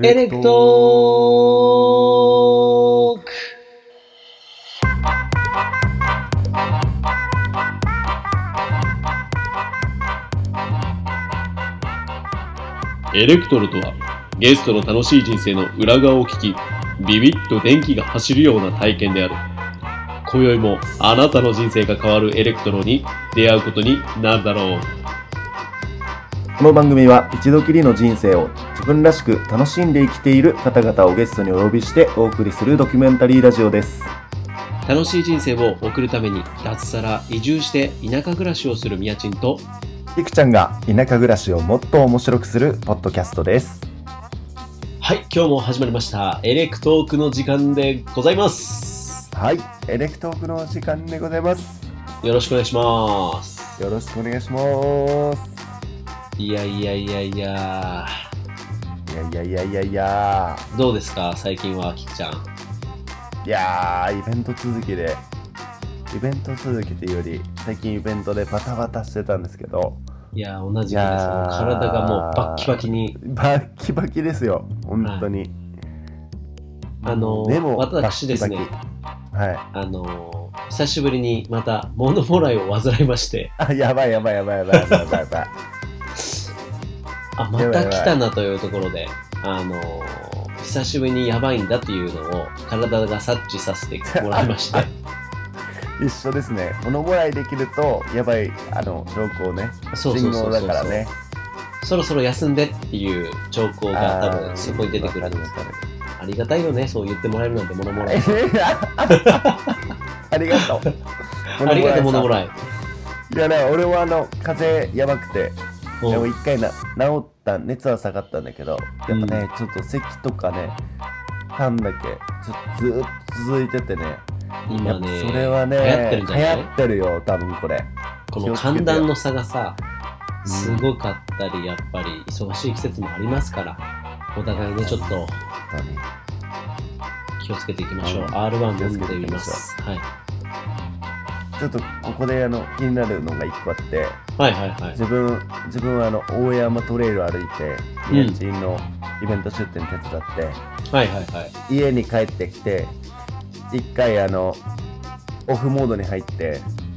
エレクトーク。エレクトロとは、ゲストの楽しい人生の裏側を聞き、ビビッと電気が走るような体験である。今宵もあなたの人生が変わるエレクトロに出会うことになるだろう。 この番組は一度きりの人生を自分らしく楽しんで生きている方々をゲストにお呼びしてお送りするドキュメンタリーラジオです。 楽しい人生を送るために脱サラ移住して田舎暮らしをするみやちんといくちゃんが田舎暮らしをもっと面白くするポッドキャストです。 はい、今日も始まりましたエレクトークの時間でございます。 はい、エレクトークの時間でございます。 よろしくお願いします。 よろしくお願いします。 いやどうですか最近はきくちゃん。 いやー、イベント続きっていうより最近イベントでバタバタしてたんですけど、 いや同じくです。体がもうバッキバキですよ本当に、 はい、でも私ですね、はい、久しぶりにまた物もらいを患いまして、 やばいまた来たなというところで、久しぶりにやばいんだっていうのを体が察知させてもらいまして一緒ですね。物もらいできるとやばい兆候ね。信号だからね。 そろそろ休んでっていう兆候が多分すごい出てくるんですから、ありがたいよね、そう言ってもらえるなんて。物もらいありがとうありがとう物もらい。 いやね、俺は風邪やばくて、でも一回治った熱は下がったんだけど、やっぱね、ちょっと咳とかね痰だけちょっとずっと続いててね。 今ね、 それはね流行ってるんじゃない？ 流行ってるよ多分これ。 この寒暖の差がさ、すごかったり、やっぱり忙しい季節もありますから、お互いねちょっと気をつけていきましょう。R1 飲んでみます。はい。 ちょっとここで気になるのが一個あって、自分は大山トレイル歩いて宮地のイベント出店手伝って、家に帰ってきて一回オフモードに入って、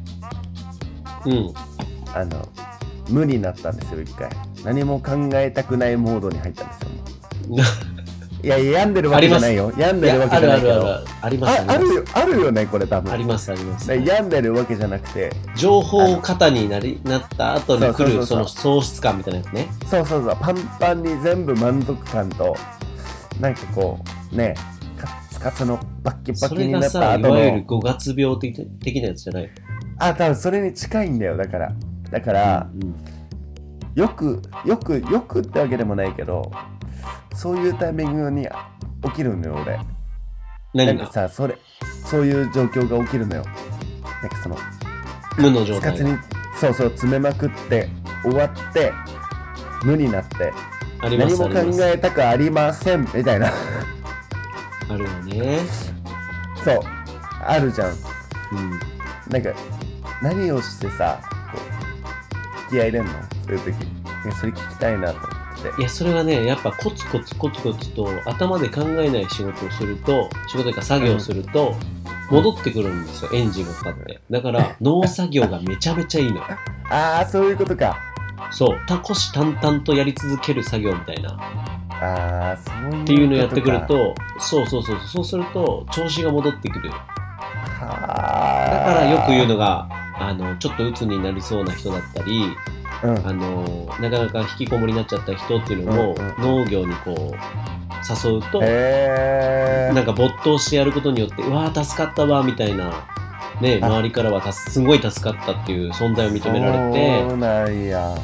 無になったんですよ。一回何も考えたくないモードに入ったんですよいや病んでるわけじゃないよ。病んでるわけじゃないけど、 あります。 あるよねこれ多分。 あります。 病んでるわけじゃなくて、情報過多になった後に来るその喪失感みたいなやつね。 そうパンパンに全部満足感と、なんかこうね、カツのバッキバキになった後の、それがさ、いわゆる 5月病的なやつじゃない？ 多分それに近いんだよ。だから、よくってわけでもないけど、そういうタイミングに起きるのよ俺。なんかさ、そういう状況が起きるのよ。なんかその無の状態。 カツに詰めまくって終わって無になって、何も考えたくありませんみたいな。 あるよね。 そうあるじゃん。なんか何をしてさ、気合い入れんの？そういう時。それ聞きたいなと思って。 いや、それはね、やっぱコツコツと頭で考えない仕事をすると、仕事というか作業をすると、戻ってくるんですよ、エンジンがかかって。だから農作業がめちゃめちゃいいの。 そういうことか。 そう、虎視眈々とやり続ける作業みたいな。 そういうことか。 っていうのをやってくると、そうすると調子が戻ってくる。だからよく言うのが、ちょっと鬱になりそうな人だったり、なかなか引きこもりになっちゃった人っていうのを農業にこう誘うと、なんか没頭してやることによって、うわー助かったわみたいなね、周りからはすごい助かったっていう存在を認められて、 そうなんや。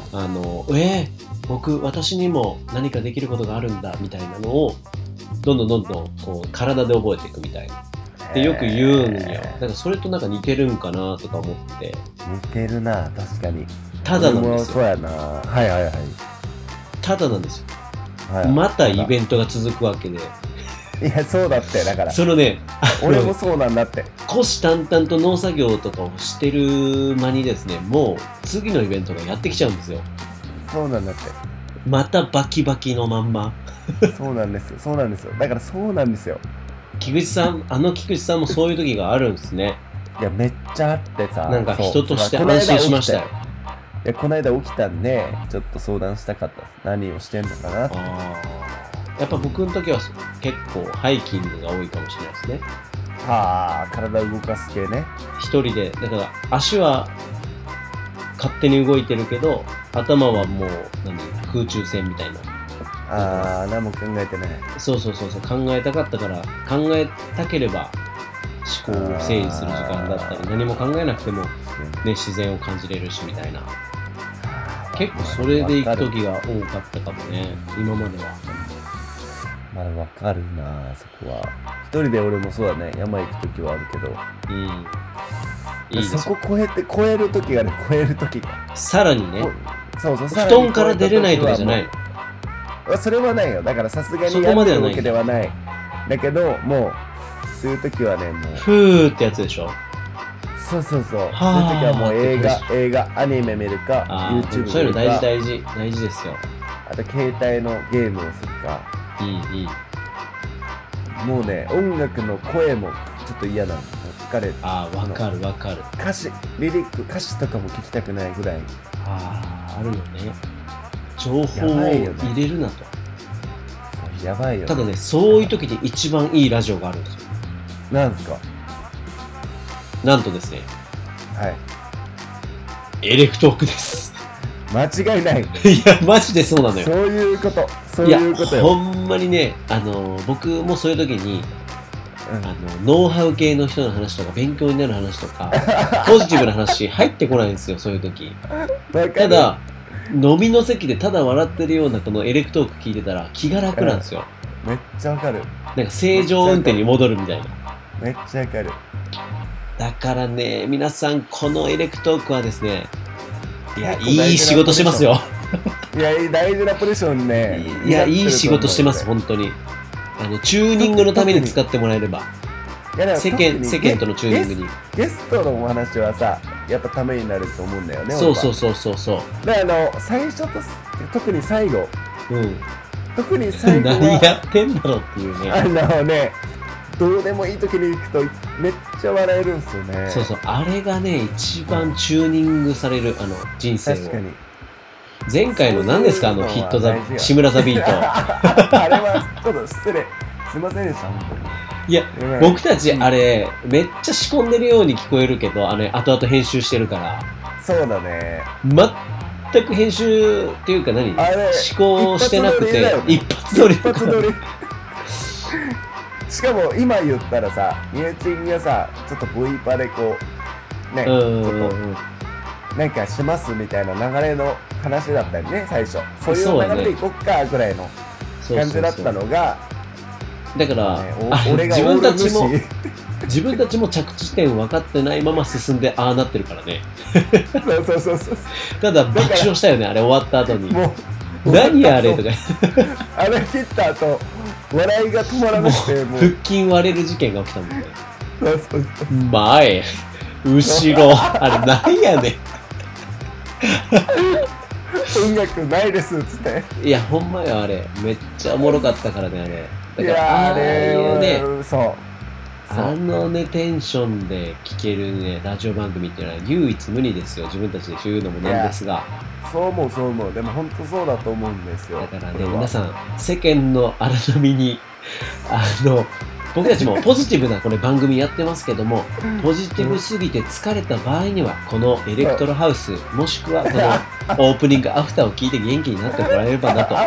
私にも何かできることがあるんだみたいなのをどんどんこう体で覚えていくみたいなってよく言うんよ。だからそれとなんか似てるんかなとか思って。 似てるな、確かに。 ただなんですよ。 そうやな。 ただなんですよ。またイベントが続くわけで。 いや、そうだって。だからそのね、 俺もそうなんだって。 虎視眈々と農作業とかをしてる間にですね、もう次のイベントがやってきちゃうんですよ。 そうなんだって。 またバキバキのまんまそうなんですよ。だからそうなんですよ。 菊池さんもそういう時があるんですね。 いや、めっちゃあってさ。 なんか人として安心しましたよ。 いや、この間起きたんで、ちょっと相談したかったです。何をしてんのかなって。 やっぱ僕の時は結構ハイキングが多いかもしれないですね。 はあ、体動かす系ね。 一人で、だから足は勝手に動いてるけど、頭はもう空中戦みたいな。 何も考えてない。 そう考えたかったから、考えたければ思考を整理する時間だったり、何も考えなくても、ね、自然を感じれるしみたいな。結構それで行く時が多かったかもね、今までは。 まだわかるな、そこは。一人で俺もそうだね、山行く時はあるけど。いいです。そこ超える時が。 さらにね。 そう、 布団から出れないとかじゃないの。それはないよ。だからさすがにやってるわけではない。だけど、もう、そういう時はね、もう。 ふーってやつでしょ。 そうそういう時はもう映画、アニメ見るか、YouTube 見るか。 そういうの大事ですよ。 あと携帯のゲームをするか。もうね、音楽の声もちょっと嫌なの。疲れる。 わかる。 歌詞とかも聞きたくないぐらい。 あるよね。情報を入れるなと。 やばいよね。 ただね、そういう時に一番いいラジオがあるんですよ。 なんですか？ なんとですね。 はい。 エレクトークです。 間違いない。 いや、マジでそうなのよ。 そういうことよ。 ほんまにね、僕もそういう時に、ノウハウ系の人の話とか、勉強になる話とか、ポジティブな話入ってこないんですよ、そういう時。ただ、飲みの席でただ笑ってるようなこのエレクトーク聞いてたら気が楽なんですよ。 めっちゃわかる。 なんか正常運転に戻るみたいな。 めっちゃわかる。 だからね、皆さんこのエレクトークはですね、いや、いい仕事してますよ。 いや、大事なポジションね。 いや、いい仕事してます、本当に。チューニングのために使ってもらえれば。世間とのチューニングに。 ゲストのお話はさ、やっぱためになると思うんだよね。 そう。 で、最初と特に最後。特に最後は。何やってんだろうっていうね。どうでもいい時に行くとめっちゃ笑えるんですよね。 そう。あれがね、一番チューニングされる、人生を。確かに。前回の何ですか、ヒット志村ザビート。 あれはちょっと失礼。すいませんでした、本当に。 いや、僕たちあれ、めっちゃ仕込んでるように聞こえるけど、後々編集してるから。 そうだね。 全く編集っていうか思考してなくて、一発撮り。 しかも今言ったらさ、みやちんがさ、ちょっと V パでこう、ね、ちょっと、なんかしますみたいな流れの話だったよね、最初。そういう流れでいこっか、ぐらいの感じだったのが、 だから、 俺が自分たちも着地点分かってないまま進んでああなってるからね。 そう。 ただ爆笑したよね、あれ終わった後に。何あれとか。 あれ切った後、笑いが止まらなくて、 もう腹筋割れる事件が起きたもんね。 そう。 前、後ろ、あれ何やねん。 音楽ないですっつって。 いや、ほんまよ、あれ。めっちゃおもろかったからね、あれ。 いや、あれはね、そうね、テンションで聴けるね、ラジオ番組っていうのは唯一無二ですよ。自分たちで言うのもなんですが。 そう思う。でも本当そうだと思うんですよ。 だからね、皆さん、世間の荒波に、僕たちもポジティブなこれ番組やってますけども、ポジティブすぎて疲れた場合には、このエレクトロハウス、もしくはこのオープニングアフターを聞いて元気になってもらえればなと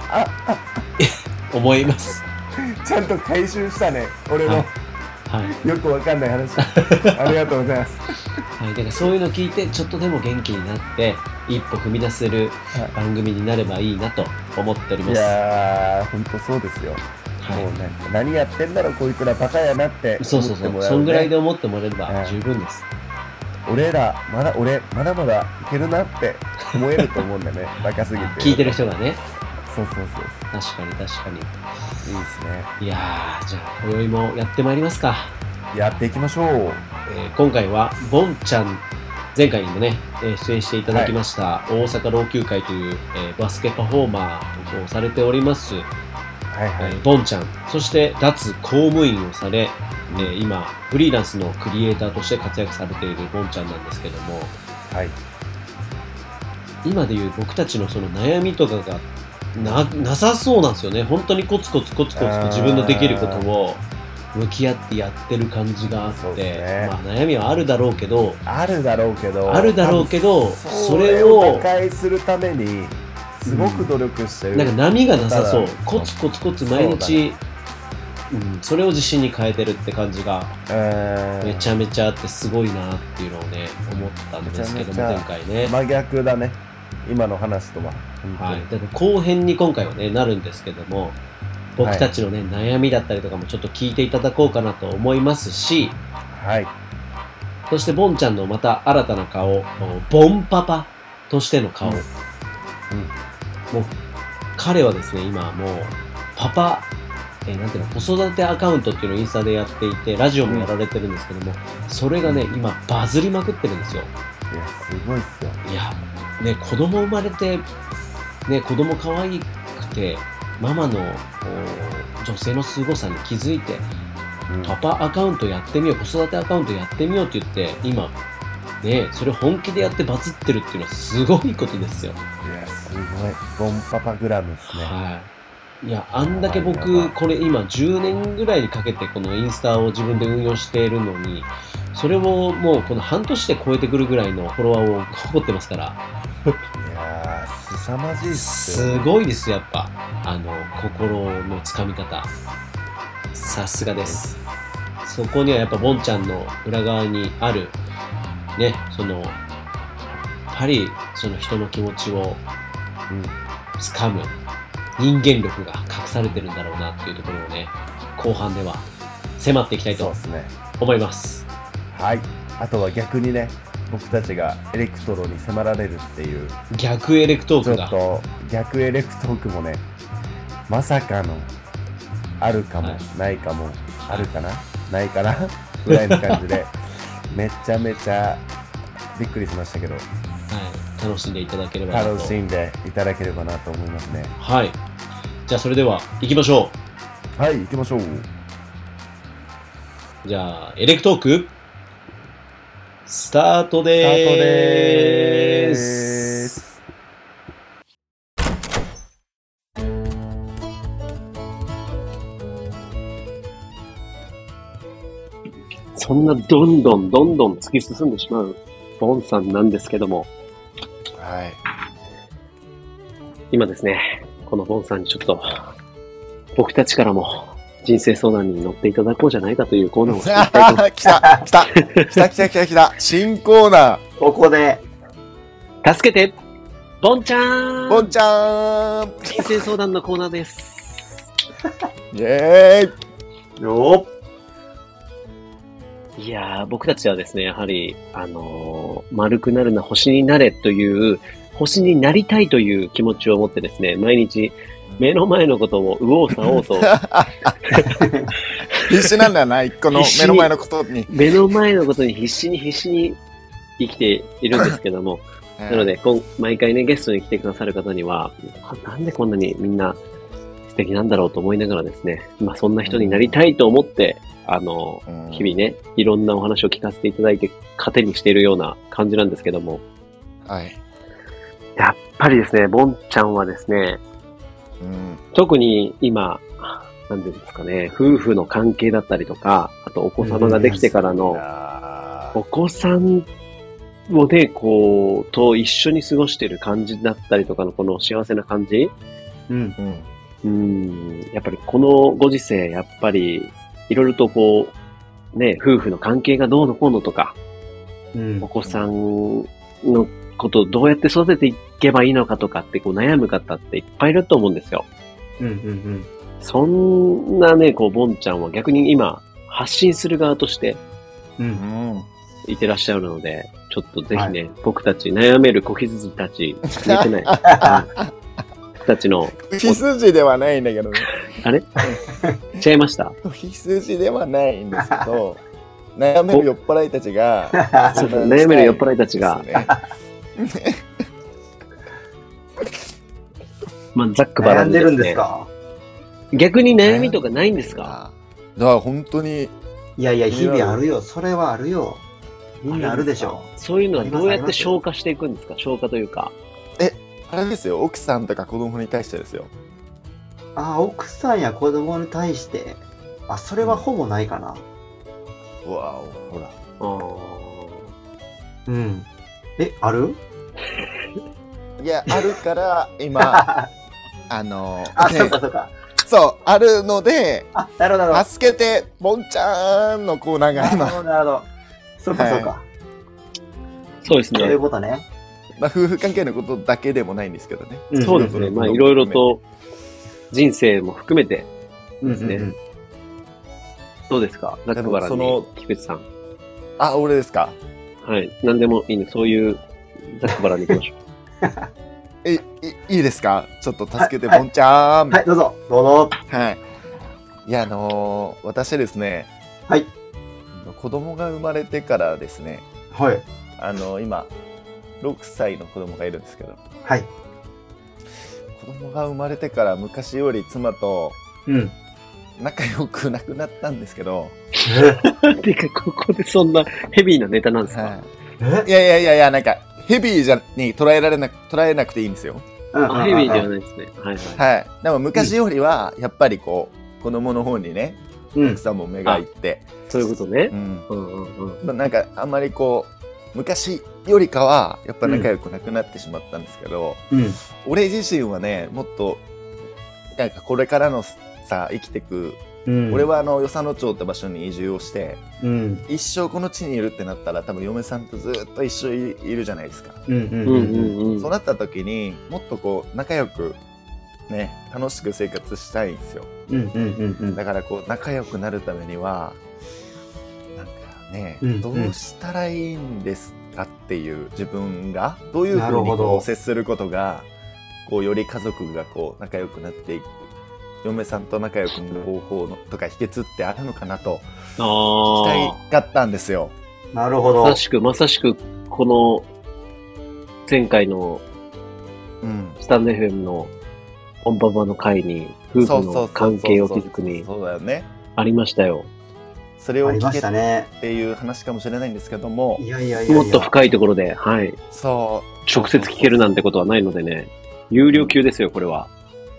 思います。 ちゃんと回収したね、俺の、よくわかんない話。ありがとうございます。 だからそういうの聞いてちょっとでも元気になって一歩踏み出せる番組になればいいなと思っております。 いやー、ほんとそうですよ。もうね、何やってんだろこいつらバカやなって思ってもらう、ね。 そんぐらいで思ってもらえれば十分です。 俺まだまだいけるなって思えると思うんだよね。バカすぎて。 聞いてる人がね。 そう。 確かに。いいですね。 いやー、じゃあ今宵もやってまいりますか。 やっていきましょう。 今回はボンちゃん、前回にもね、出演していただきました、大阪老朽会という、バスケパフォーマーをされておりますボンちゃん、そして脱公務員をされ、今フリーランスのクリエイターとして活躍されているボンちゃんなんですけども、はい、今でいう僕たちのその悩みとかがなさそうなんですよね。本当にコツコツと自分のできることを向き合ってやってる感じがあって、ね、まあ悩みはあるだろうけどそれを打開するためにすごく努力してる、 なんか波がなさそう。コツコツ毎日 それを自信に変えてるって感じがめちゃめちゃあってすごいなっていうのをね思ったんですけども、前回ね真逆だね今の話とは。 はい、だから後編に今回はねなるんですけども、僕たちのね、悩みだったりとかもちょっと聞いていただこうかなと思いますし、はい、そしてボンちゃんのまた新たな顔、ボンパパとしての顔、もう彼はですね今もうパパなんていうの、子育てアカウントっていうのをインスタでやっていて、ラジオもやられてるんですけども、それがね今バズりまくってるんですよ。 いやすごいっすよ。 いやね、子供生まれてね、子供可愛くてママの女性の凄さに気づいて、パパアカウントやってみよう、子育てアカウントやってみようって言って今ねそれを本気でやってバズってるっていうのはすごいことですよ。 いやすごいボンパパグラムですね。 はい、いやあんだけ僕これ今10年ぐらいにかけてこのインスタを自分で運用しているのに、それをもうこの半年で超えてくるぐらいのフォロワーを誇ってますから。 いやー凄まじいっすよ。すごいですよやっぱ心のつかみ方、さすがです。そこにはやっぱボンちゃんの裏側にあるね、そのやっぱりその人の気持ちをつかむ人間力が隠されてるんだろうなっていうところをね後半では迫っていきたいと思います。 はい、あとは逆にね僕たちがエレクトロに迫られるっていう逆エレクトークがちょっと逆エレクトークもねまさかのあるかも、ないかも、あるかなないかなぐらいの感じでめちゃめちゃびっくりしましたけど、はい、 楽しんでいただければなと思いますね。 はい、じゃあそれでは行きましょう。はい、行きましょう。 じゃあエレクトークスタートでーす。そんなどんどん突き進んでしまうボンさんなんですけども、はい、今ですねこのボンさんにちょっと僕たちからも人生相談に乗っていただこうじゃないかというコーナーをしていきたいと来た新コーナー、 ここで助けてボンちゃん人生相談のコーナーですイエーイよー。いやー僕たちはですねやはり丸くなるな星になれという星になりたいという気持ちを持ってですね毎日目の前のことを右往左往と必死なんだよな、一個の目の前のことに必死に生きているんですけどもなので毎回ねゲストに来てくださる方にはなんでこんなにみんな素敵なんだろうと思いながらですね、そんな人になりたいと思って日々ねいろんなお話を聞かせていただいて糧にしているような感じなんですけども、はい、やっぱりですねボンちゃんはですね、特に今なんていうんですかね、夫婦の関係だったりとか、あとお子様ができてからのお子さんをねと一緒に過ごしてる感じだったりとかのこの幸せな感じ、やっぱりこのご時世やっぱりいろいろと夫婦の関係がどうのこうのとか、お子さんのことをどうやって育てていけばいいのかとかって悩む方っていっぱいいると思うんですよ。そんなねボンちゃんは逆に今発信する側としていてらっしゃるので、ちょっとぜひね、僕たち悩める子羊たち見てない僕たちの子羊ではないんだけどねあれ違いました。 子羊ではないんですけど悩める酔っ払いたちが悩める酔っ払いたちがざっくばらんにですね。 悩んでるんですか？ 逆に悩みとかないんですか？ だから本当に。 いやいや、日々あるよ。それはあるよ。みんなあるでしょ。 そういうのはどうやって消化していくんですか？消化というか。 あれですよ、奥さんとか子供に対してですよ。 奥さんや子供に対して、それはほぼないかな。 うわお、ほら。 うん。ある？ いや、あるから、今、 そうかそうか。 そう、あるので、 なるほど。 助けて、ぼんちゃんのコーナーが今。 なるほど。そうかそうか。 そうですね。 そういうことね。 夫婦関係のことだけでもないんですけどね。 そうですね。いろいろと人生も含めてですね。どうですか？ざっくばらんに、菊池さん。 俺ですか？ はい。何でもいいんで、そういうざっくばらんに行きましょう。 いいですか？ちょっと助けて、ぼんちゃん。 はい、どうぞ。どうぞ。 はい。いや、私ですね。 はい。 子供が生まれてからですね。 はい。 今、6歳の子供がいるんですけど。 はい。 子供が生まれてから昔より妻と仲良くなくなったんですけど。 てか、ここでそんなヘビーなネタなんですか？ いや、なんか、ヘビーに捉えなくていいんですよ。 ヘビーではないですね。はいはい。 はい。でも昔よりは、やっぱり子供の方にね、奥さんも目がいって。 そういうことね。 なんか、あんまり昔よりかは、やっぱ仲良くなくなってしまったんですけど、俺自身はね、もっと、なんかこれからのさ、生きてく、俺は与謝野町って場所に移住をして、一生この地にいるってなったら多分嫁さんとずっと一緒にいるじゃないですか。そうなった時にもっと仲良くね、楽しく生活したいんですよ。だから仲良くなるためにはなんかね、どうしたらいいんですかっていう、自分がどういうふうに接することがより家族が仲良くなっていく、嫁さんと仲良くなる方法のとか秘訣ってあるのかなと聞きたかったんですよ。 なるほど。 まさしくこの前回のスタンド FM のオンパパの会に夫婦の関係を築くにありましたよ。 それを聞けっていう話かもしれないんですけども、 もっと深いところで、はい。直接聞けるなんてことはないのでね、有料級ですよ、これは。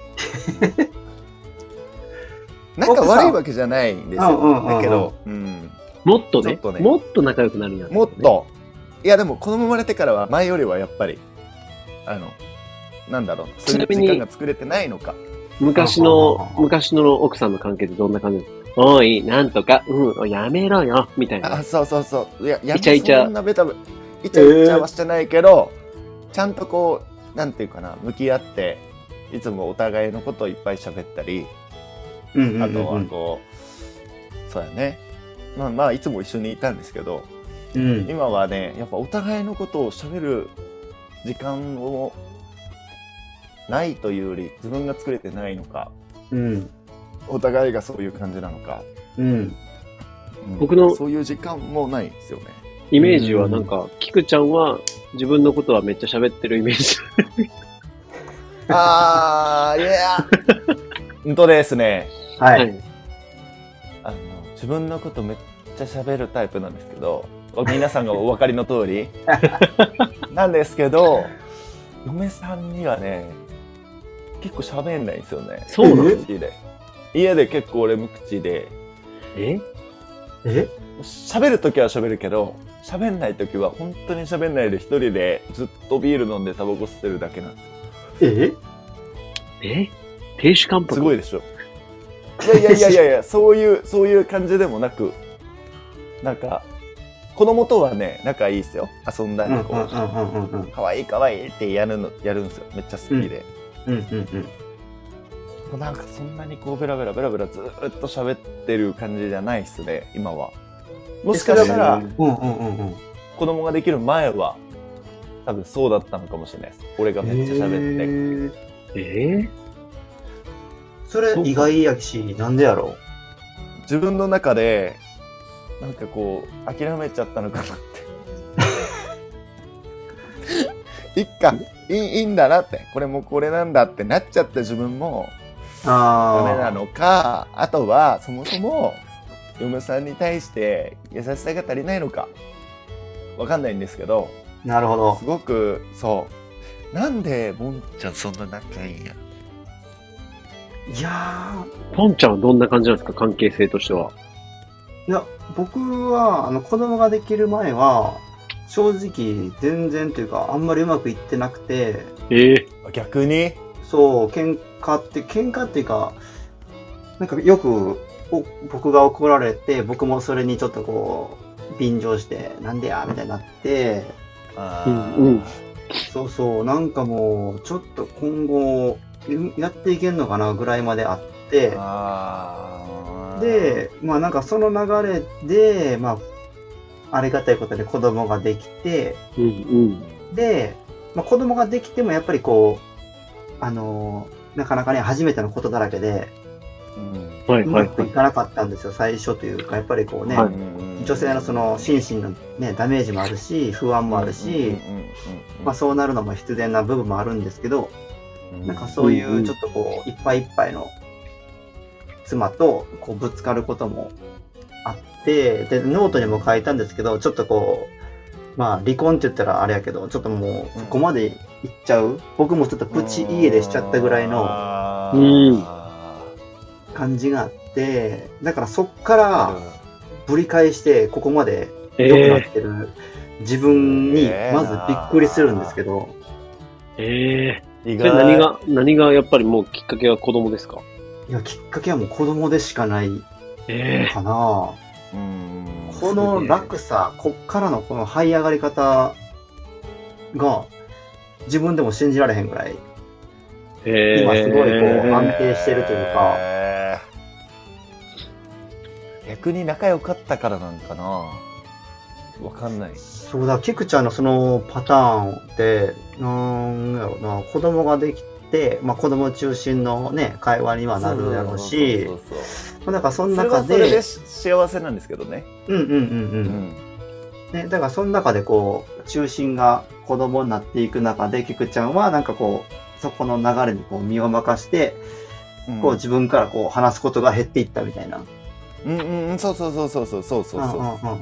仲悪いわけじゃないんですよ。だけど、 もっとね、もっと仲良くなるんや。 もっと。いやでも子供生まれてからは前よりはやっぱり、なんだろう、そういう時間が作れてないのか。 昔の奥さんの関係ってどんな感じですか？おい、なんとか、やめろよ、みたいな。 そう。いや、 イチャイチャ。 そんなベタベタ、イチャイチャはしてないけど、ちゃんとなんていうかな、向き合って、いつもお互いのことをいっぱい喋ったり、あとはそうやね。まあ、いつも一緒にいたんですけど、今はね、やっぱお互いのことを喋る時間をないというより、自分が作れてないのか、お互いがそういう感じなのか、 僕のそういう時間もないんですよね。 イメージはなんか、キクちゃんは自分のことはめっちゃ喋ってるイメージ。 いや、ですね。 はい。 自分のことめっちゃ喋るタイプなんですけど、皆さんがお分かりの通りなんですけど、嫁さんにはね、結構喋んないんですよね。 そうなんですか？家で結構俺無口で。喋るときは喋るけど、喋んないときは本当に喋んないで一人でずっとビール飲んでタバコ吸ってるだけなんですよ。 亭主関白。 すごいでしょ。いや、そういう感じでもなく、なんか、子供とはね、仲いいですよ。遊んだりかわいいってやるんですよ。めっちゃ好きで。なんかそんなにベラベラずーっと喋ってる感じじゃないっすね、今は。もしかしたら、子供ができる前は、多分そうだったのかもしれないです。俺がめっちゃ喋って。 それ意外やし、なんでやろう？ 自分の中で、なんか諦めちゃったのかなって。いいんだなって、これもこれなんだってなっちゃった自分も、 ダメなのか、あとはそもそも嫁さんに対して優しさが足りないのかわかんないんですけど。 なるほど。 すごくそうなんでもんちゃんそんな仲いいんや。 いやー、ポンちゃんはどんな感じなんですか、関係性としては。 いや、僕は子供ができる前は正直全然というかあんまりうまくいってなくて。 逆にそう喧嘩っていうか、なんかよく僕が怒られて、僕もそれにちょっとこう便乗してなんでやみたいになって、そうそう、なんかもうちょっと今後やっていけんのかなぐらいまであって、でまあなんかその流れでまあありがたいことで子供ができて、で、まあ、子供ができてもやっぱりこうなかなかね初めてのことだらけで、うまくいかなかったんですよ、最初というか。やっぱりこうね、女性のその心身のねダメージもあるし、不安もあるし、まあそうなるのも必然な部分もあるんですけど、なんかそういうちょっとこういっぱいいっぱいの妻とこうぶつかることもあって、でノートにも書いたんですけど、ちょっとこうまあ離婚って言ったらあれやけど、ちょっともうそこまでいっちゃう、僕もちょっとプチ家出しちゃったぐらいの感じがあって、だからそっからぶり返してここまで良くなってる自分にまずびっくりするんですけど。 それ何がやっぱりもうきっかけは子供ですか？ いや、きっかけはもう子供でしかないかな。この落差、こっからのこの這い上がり方が自分でも信じられへんぐらい、今すごいこう安定してるというか。 逆に仲良かったからなんかな、わかんない。 そうだ、キクちゃんのそのパターンってなんやろな、子供ができて、まあ子供中心のね会話にはなるやろうし、だからその中でそれで幸せなんですけどね。 ね、だからその中でこう中心が子供になっていく中で、キクちゃんはなんかこうそこの流れにこう身を任して、こう自分からこう話すことが減っていったみたいな。 そう。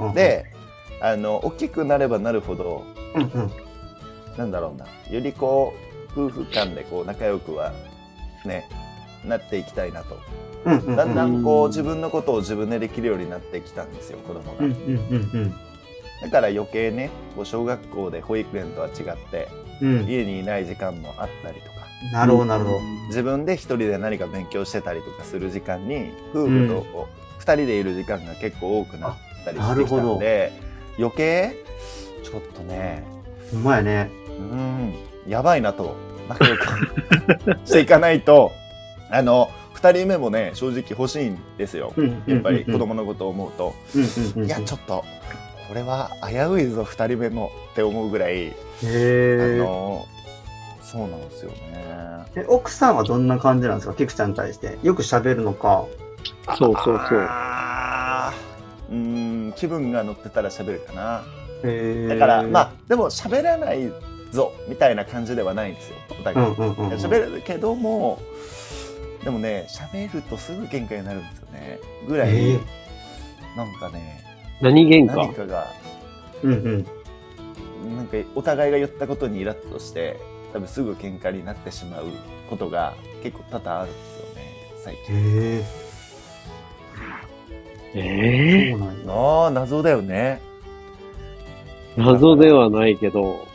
で、大きくなればなるほど、なんだろうな、よりこう夫婦間でこう仲良くはねなっていきたいなと。だんだんこう自分のことを自分でできるようになってきたんですよ、子供が。だから余計ね、小学校で保育園とは違って、家にいない時間もあったりとか。 なるほどなるほど。 自分で一人で何か勉強してたりとかする時間に、夫婦とこう2人でいる時間が結構多くなったりしてきたので、余計ちょっとね、 ほんまやね、 やばいなと、仲良くしていかないと、2人目もね正直欲しいんですよ、やっぱり子供のことを思うと。いやちょっとこれは危ういぞ2人目もって思うぐらい、そうなんですよね。 奥さんはどんな感じなんですか、キクちゃんに対して。よく喋るのか。 そう。 気分が乗ってたら喋るかな。だからまあでも喋らないぞみたいな感じではないんですよ、お互い。喋るけども、でもね、喋るとすぐ喧嘩になるんですよね。ぐらい、なんかね、 何かが、なんかお互いが言ったことにイラッとして、多分すぐ喧嘩になってしまうことが結構多々あるんですよね、最近。そうなんだ。謎だよね。 謎ではないけど。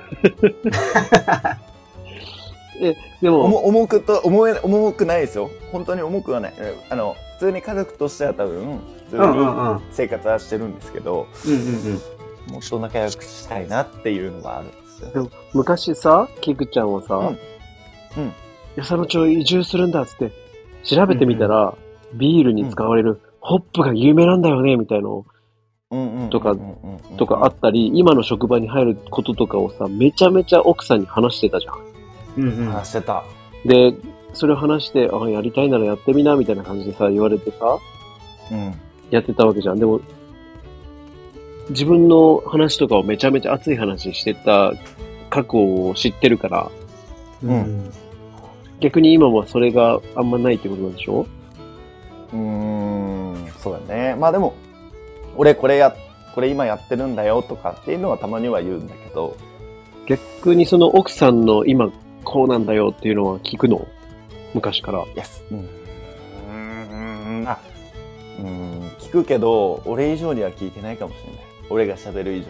でも重くないですよ。本当に重くはない。普通に家族としては多分普通に生活はしてるんですけど、もっと仲良くしたいなっていうのがあるんですよ。 でも昔さ、キクちゃんはさ、与謝野町移住するんだっつって調べてみたら、ビールに使われるホップが有名なんだよねみたいなとかあったり、今の職場に入ることとかをさ、めちゃめちゃ奥さんに話してたじゃん。 話してた。 で、それを話して、やりたいならやってみなみたいな感じでさ、言われてさ、やってたわけじゃん。でも自分の話とかをめちゃめちゃ熱い話してた過去を知ってるから、 逆に今はそれがあんまないってことなんでしょ？ そうだね。まあでも、俺これ今やってるんだよとかっていうのはたまには言うんだけど。 逆にその奥さんの今こうなんだよっていうのは聞くの？昔から。 聞くけど、俺以上には聞いてないかもしれない。俺が喋る以上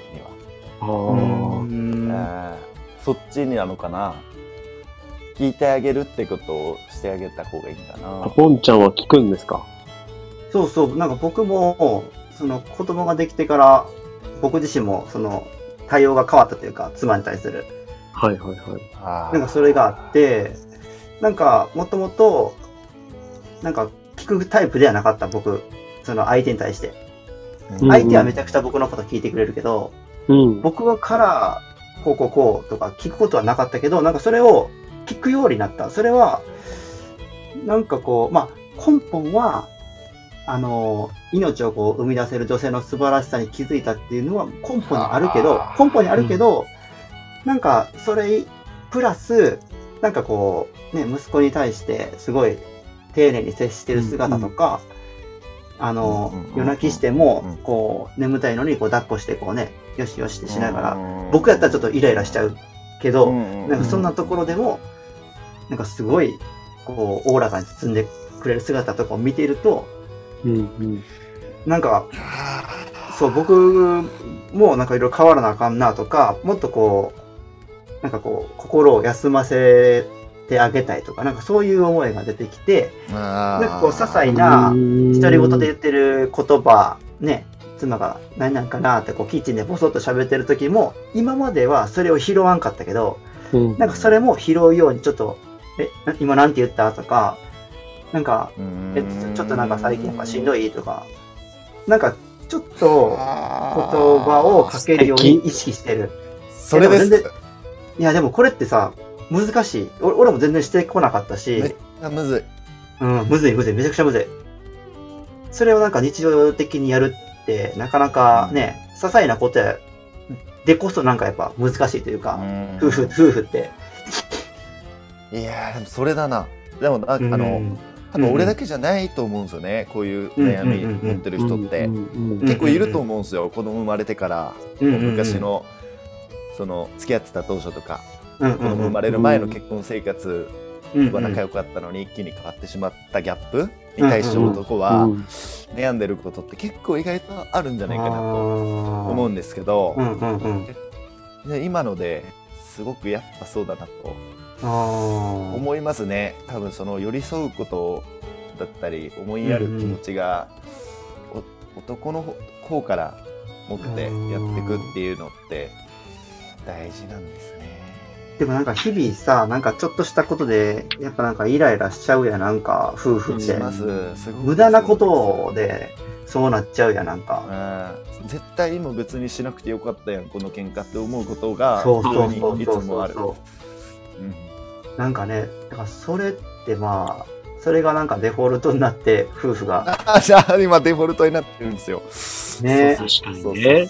には。そっちになのかな。聞いてあげるってことをしてあげた方がいいかな。 ボンちゃんは聞くんですか？ そうそう、なんか僕も、その子供ができてから、僕自身もその対応が変わったというか、妻に対する。 はいはいはい。なんかそれがあって、なんかもともと、なんか聞くタイプではなかった僕、その相手に対して。相手はめちゃくちゃ僕のこと聞いてくれるけど、僕からこうとか聞くことはなかったけど、なんかそれを聞くようになった。それは、なんかこう、まあ根本は、命をこう生み出せる女性の素晴らしさに気づいたっていうのは根本にあるけど、なんかそれプラス、なんかこう、ね、息子に対してすごい丁寧に接してる姿とか、夜泣きしても、こう、眠たいのにこう抱っこしてこうね、よしよしってしながら、僕やったらちょっとイライラしちゃうけど、なんかそんなところでも、なんかすごい、こう、おおらかに包んでくれる姿とかを見ていると、なんか、そう、僕もなんかいろいろ変わらなあかんなとか、もっとこう、なんかこう、心を休ませてあげたいとか、なんかそういう思いが出てきて、なんかこう、些細な独り言で言ってる言葉、ね、妻が何なんかなってこう、キッチンでボソッと喋ってる時も、今まではそれを拾わんかったけど、なんかそれも拾うようにちょっと、今なんて言ったとか、なんか、ちょっとなんか最近やっぱしんどいとか、なんかちょっと言葉をかけるように意識してる。 それです。 いやでもこれってさ、難しい。俺も全然してこなかったし。 めっちゃむずい。 むずい。めちゃくちゃむずい。それをなんか日常的にやるって、なかなかね、些細なことでこそなんかやっぱ難しいというか、夫婦って。 いやー、でもそれだな。でも多分俺だけじゃないと思うんですよね、こういう悩み持ってる人って結構いると思うんですよ。子供生まれてから昔のその付き合ってた当初とか、子供生まれる前の結婚生活は仲良かったのに一気に変わってしまったギャップに対して男は悩んでることって結構意外とあるんじゃないかなと思うんですけど、今のですごくやっぱそうだなと思いますね。多分その寄り添うことだったり思いやる気持ちが、男の方から持ってやっていくっていうのって大事なんですね。 でもなんか日々さ、なんかちょっとしたことでやっぱなんかイライラしちゃうやん、なんか夫婦って無駄なことでそうなっちゃうやん、なんか絶対今別にしなくてよかったやんこの喧嘩って思うことがいつもある。 なんかね、だからそれってまあ、それがなんかデフォルトになって夫婦が。 じゃあ今デフォルトになってるんですよ。 ね、 確かにね。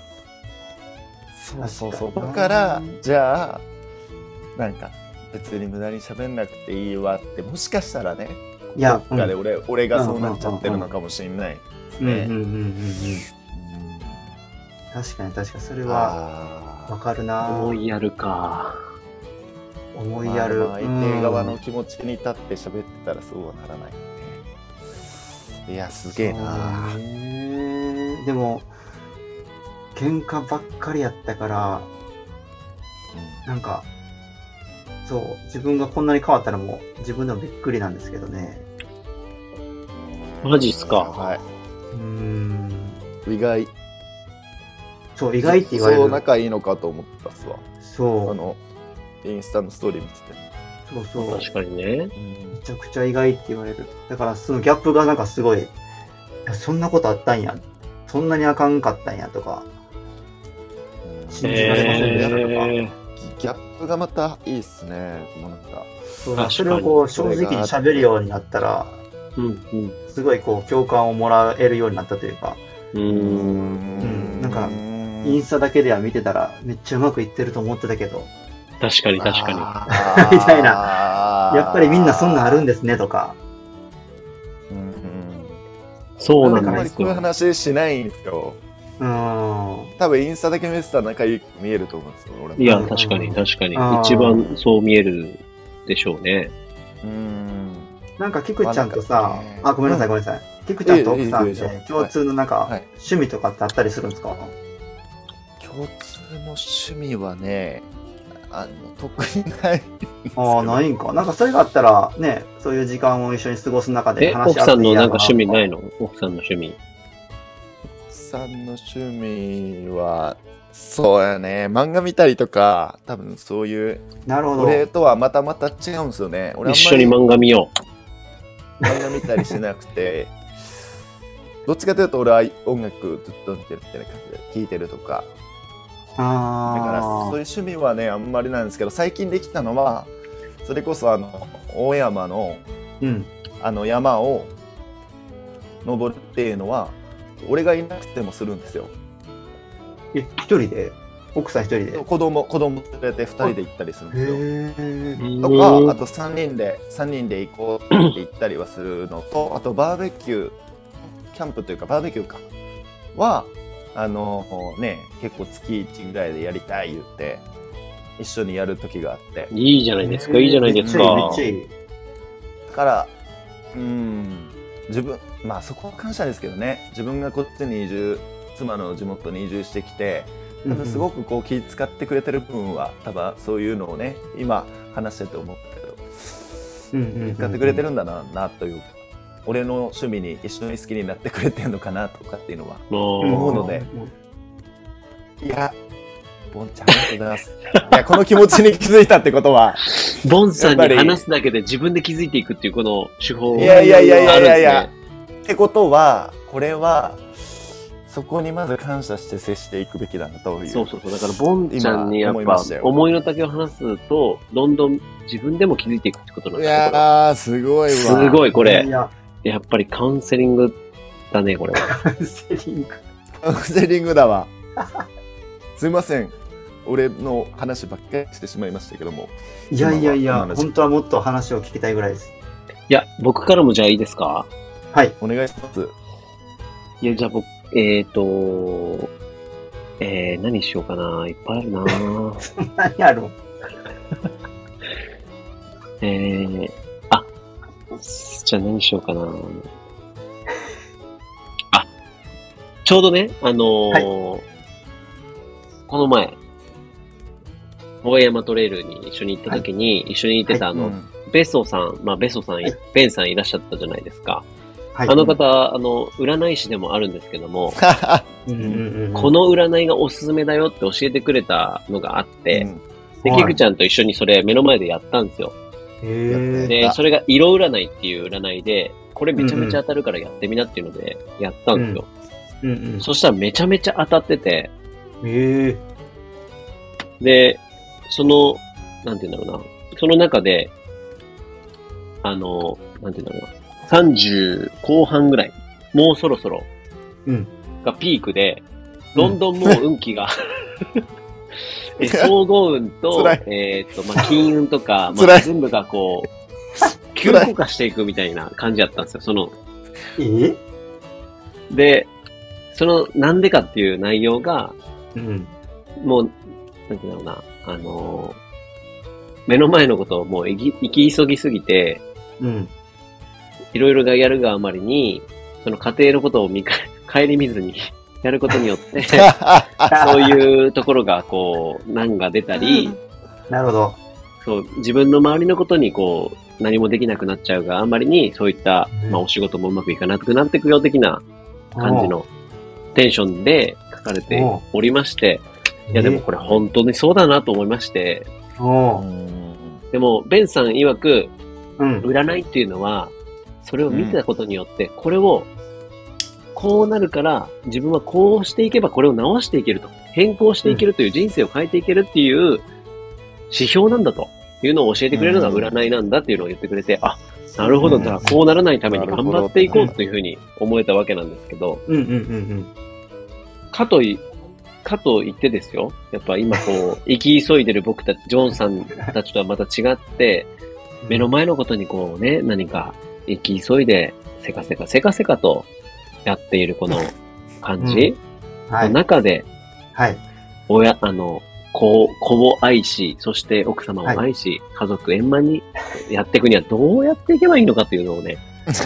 そう。だからじゃあなんか別に無駄に喋んなくていいわってもしかしたらね、 いや、 どっかで俺がそうなっちゃってるのかもしれないですね。 確かにそれはわかるな。 思いやるか。 思いやる。 相手側の気持ちに立って喋ってたらそうはならないね。いやすげえな。 でも喧嘩ばっかりやったから、なんかそう自分がこんなに変わったらもう自分でもびっくりなんですけどね。 マジっすか。 はい。意外。 そう意外って言われる。 そう仲いいのかと思ったっすわ。 そう。 インスタのストーリー見てて。そう。確かにね。 めちゃくちゃ意外って言われる。だからそのギャップがなんかすごい、そんなことあったんや。そんなにあかんかったんやとか。 信じられませんでしたとか。ギャップがまたいいっすね。もうなんか。 それをこう正直に喋るようになったら、すごいこう共感をもらえるようになったというか。なんか、インスタだけでは見てたらめっちゃうまくいってると思ってたけど。 確かに。みたいな。 やっぱりみんなそんなんあるんですねとか。 そうなんですよ。あんまりこういう話しないんですよ。多分インスタだけ見てたら仲良く見えると思うんですよ、俺も。 いや、確かに。一番そう見えるでしょうね。 なんか、キクちゃんとさ、ごめんなさい。キクちゃんと奥さんって共通のなんか、趣味とかってあったりするんですか？ 共通の趣味はね、特にない。 ないんか。なんかそれがあったら、ね、そういう時間を一緒に過ごす中で話し合って。奥さんのなんか趣味ないの？奥さんの趣味。 奥さんの趣味は、そうやね、漫画見たりとか、多分そういう、 なるほど。 俺とはまた違うんですよね。 俺一緒に漫画見よう。漫画見たりしなくて、どっちかというと俺は音楽ずっと見てるみたいな感じで聴いてるとか。だからそういう趣味はねあんまりなんですけど、最近できたのはそれこそ大山の、山を登るっていうのは俺がいなくてもするんですよ。 一人で？奥さん一人で？ 子供連れて2人で行ったりするんですよ。とかあと3人で行こうって言ったりはするのと、あとバーベキューキャンプというかバーベキューは結構月1ぐらいでやりたい言って一緒にやる時があって。 いいじゃないですか、いいじゃないですか。 めっちゃいい。 だから自分そこは感謝ですけどね。自分がこっちに妻の地元に移住してきて、すごくこう気遣ってくれてる部分は多分そういうのをね今話してて思ったけど、気遣ってくれてるんだなというか、俺の趣味に一緒に好きになってくれてるのかなとかっていうのは思うので、いや、ボンちゃんありがとうございます。いや、この気持ちに気づいたってことは、 ボンさんに話すだけで自分で気づいていくっていうこの手法があるんですね。 いや。 ってことは、これはそこにまず感謝して接していくべきだなという。 そう。だからボンちゃんにやっぱ思いの丈を話すと、どんどん自分でも気づいていくってことなんですよ。 いやー、すごいわ。 すごい、これ。やっぱりカウンセリングだね、これは。 カウンセリングだわ。すいません。俺の話ばっかりしてしまいましたけども。 いや、本当はもっと話を聞きたいぐらいです。 いや、僕からもじゃあいいですか？ はい。 お願いします。 いや、じゃあ僕、何しようかな。いっぱいあるな。 そんなにあるじゃあ何しようかな。ちょうどね、この前、大山トレイルに一緒に行った時に、一緒にいてたベソさん、ベンさんいらっしゃったじゃないですか。あの方、占い師でもあるんですけども、この占いがおすすめだよって教えてくれたのがあって、で、キクちゃんと一緒にそれ目の前でやったんですよ。で、それが色占いっていう占いで、これめちゃめちゃ当たるからやってみなっていうのでやったんですよ。そしたらめちゃめちゃ当たってて、で、なんて言うんだろうな、その中で、なんて言うんだろうな、30後半ぐらい、もうそろそろ、がピークで、どんどんもう運気が、総合運と、金運とか、全部がこう、急降下していくみたいな感じだったんですよ、で、なんでかっていう内容が、もう、なんていうんだろうな、目の前のことをもう生き急ぎすぎて、いろいろがやるがあまりに、その家庭のことを顧みずにやることによって、そういうところがこう、難が出たり、 なるほど。 そう、自分の周りのことにこう、何もできなくなっちゃうがあまりに、そういった、お仕事もうまくいかなくなっていくよ的な感じのテンションで書かれておりまして、いやでもこれ本当にそうだなと思いまして、でも、ベンさん曰く、占いっていうのは、それを見てたことによって、これを、こうなるから、自分はこうしていけばこれを直していけると。変更していけるという人生を変えていけるっていう指標なんだというのを教えてくれるのが占いなんだっていうのを言ってくれて、なるほど、じゃあこうならないために頑張っていこうというふうに思えたわけなんですけど、かといってですよ、やっぱ今こう、生き急いでる僕たち、ジョンさんたちとはまた違って、 目の前のことにこうね、何か生き急いで、せかせかとやっているこの感じ、の中で、子を愛し、そして奥様を愛し、家族円満にやっていくにはどうやっていけばいいのかというのをね、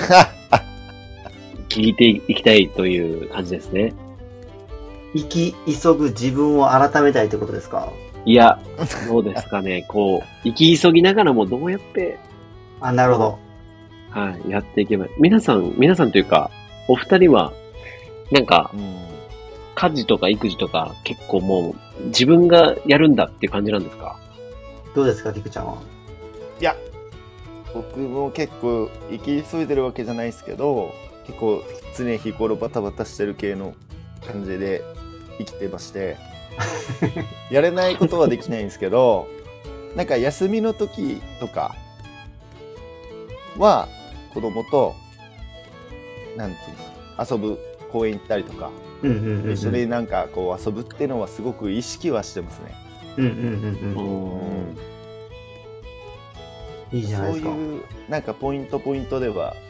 聞いていきたいという感じですね。 生き急ぐ自分を改めたいってことですか？ いや、どうですかね。こう、生き急ぎながらもどうやって、 なるほど。 はい、やっていけば。皆さんというか、お二人は、なんか、家事とか育児とか結構もう自分がやるんだっていう感じなんですか？ どうですか、りくちゃんは。 いや、僕も結構生き急いでるわけじゃないですけど、結構常日頃バタバタしてる系の感じで生きてましてやれないことはできないんですけど、なんか休みの時とかは子供となんていうの、遊ぶ公園行ったりとか、一緒になんかこう遊ぶっていうのはすごく意識はしてますね。 いいじゃないですか。 そういうなんかポイントでは、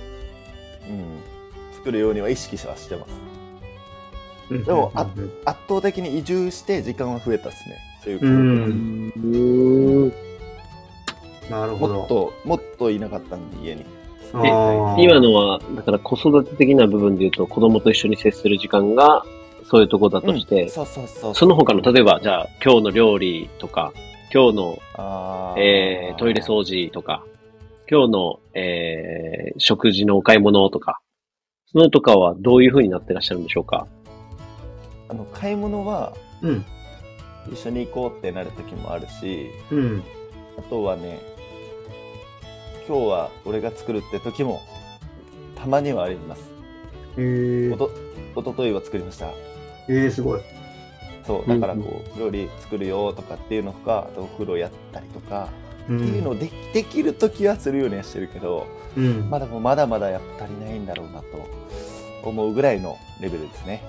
作るようには意識はしてます。でも圧倒的に移住して時間は増えたですね。そういうなるほど。 もっといなかったんで、家に。 今のはだから子育て的な部分で言うと、子供と一緒に接する時間がそういうところだとして、その他の例えばじゃあ今日の料理とか、今日の、トイレ掃除とか、今日の、食事のお買い物とか、そのとかはどういう風になってらっしゃるんでしょうか？ 買い物は、一緒に行こうってなる時もあるし、あとはね、今日は俺が作るって時もたまにはあります。おとといは作りました。 すごい。 そうだからこう、料理作るよとかっていうのとか、あとお風呂やったりとか、っていうのをできる時はするようにはしてるけど、まだまだやっぱ足りないんだろうなと思うぐらいのレベルですね。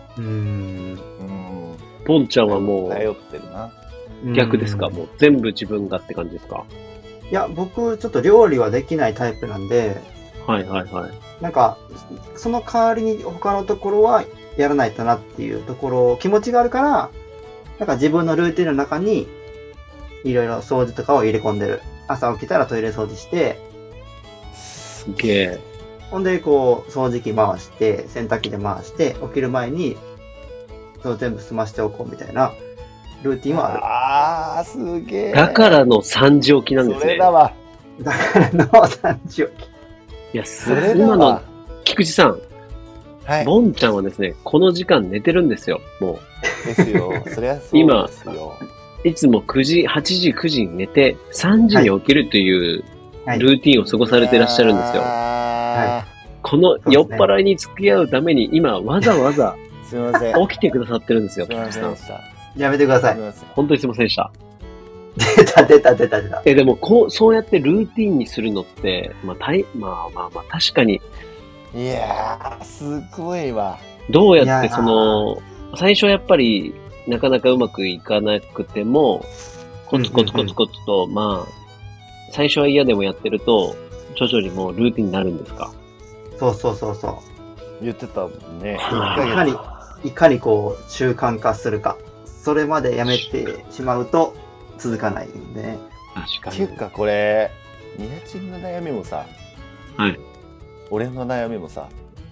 ポンちゃんはもう頼ってるな。 逆ですか？もう全部自分がって感じですか？ いや、僕ちょっと料理はできないタイプなんで、なんかその代わりに他のところはやらないとなっていうところ、気持ちがあるから、なんか自分のルーティンの中にいろいろ掃除とかを入れ込んでる。朝起きたらトイレ掃除して、 すげえ。 ほんでこう掃除機回して、洗濯機で回して、起きる前にそう全部済ましておこうみたいなルーティンはある。すげえ。 だからの3時起きなんですね。 それだわ。 だからの3時起き。 いや、今の菊池さん、ボンちゃんはですね、この時間寝てるんですよ、もう。ですよ。そりゃそうですよ。 今、いつも8時、9時に寝て、3時に起きるというルーティンを過ごされていらっしゃるんですよ。この酔っ払いに付き合うために、今、わざわざ起きてくださってるんですよ、菊池さん。 やめてください。 本当にすいませんでした。 出た。 でもそうやってルーティンにするのって、確かに。 いやー、すごいわ。 どうやって最初やっぱり、なかなかうまくいかなくても、コツコツと、最初は嫌でもやってると、徐々にもうルーティンになるんですか？ そう。 言ってたもんね。 いかにこう、習慣化するか。それまでやめてしまうと続かないんでね。 確かに。 っていうかこれ、ニナチンの悩みもさ、俺の悩みもさ、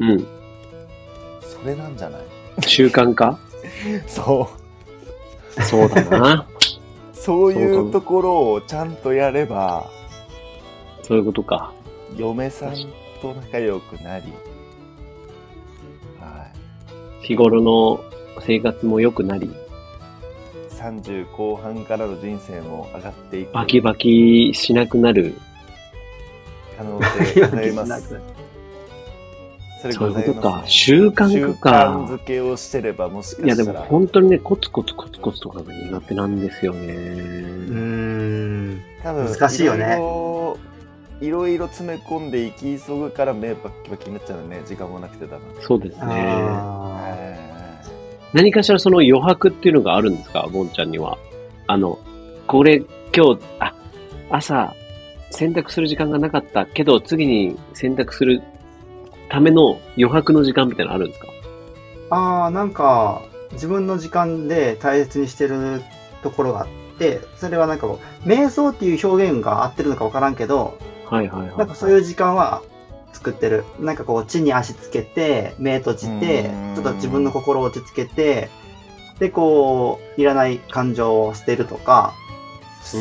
それなんじゃない？ 習慣化？そうだな。 そういうところをちゃんとやれば、 そういうことか。 嫁さんと仲良くなり、 日頃の生活も良くなり、 30後半からの人生も上がっていく。 バキバキしなくなる可能性ございます。 そういうことか。習慣化か。 習慣づけをしてればもしかしたら。 いやでも本当にね、コツコツとかが苦手なんですよね。 多分難しいよね。 いろいろ詰め込んで行き急ぐから目バキバキになっちゃうね。時間もなくてだな。 そうですね。何かしらその余白っていうのがあるんですか、ボンちゃんには。これ今日、朝選択する時間がなかったけど、次に選択するための余白の時間みたいなのあるんですか？ なんか、自分の時間で大切にしてるところがあって、それはなんかこう、瞑想っていう表現が合ってるのかわからんけど、 はいはいはい。 なんかそういう時間は作ってる。なんかこう、地に足つけて、目閉じて、ちょっと自分の心を落ち着けて、で、こう、いらない感情を捨てるとか、そう。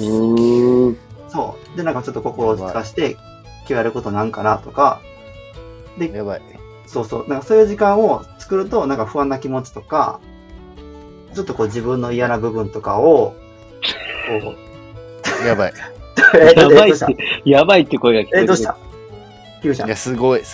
で、なんかちょっと心を落ち着かして、今日やることなんかなとか、で、 やばい。 そうそう。なんかそういう時間を作ると、なんか不安な気持ちとか、ちょっとこう自分の嫌な部分とかを、こう。やばい。 やばいって、やばいって声が聞こえてる。 どうしたキムちゃん。 いや、すごい。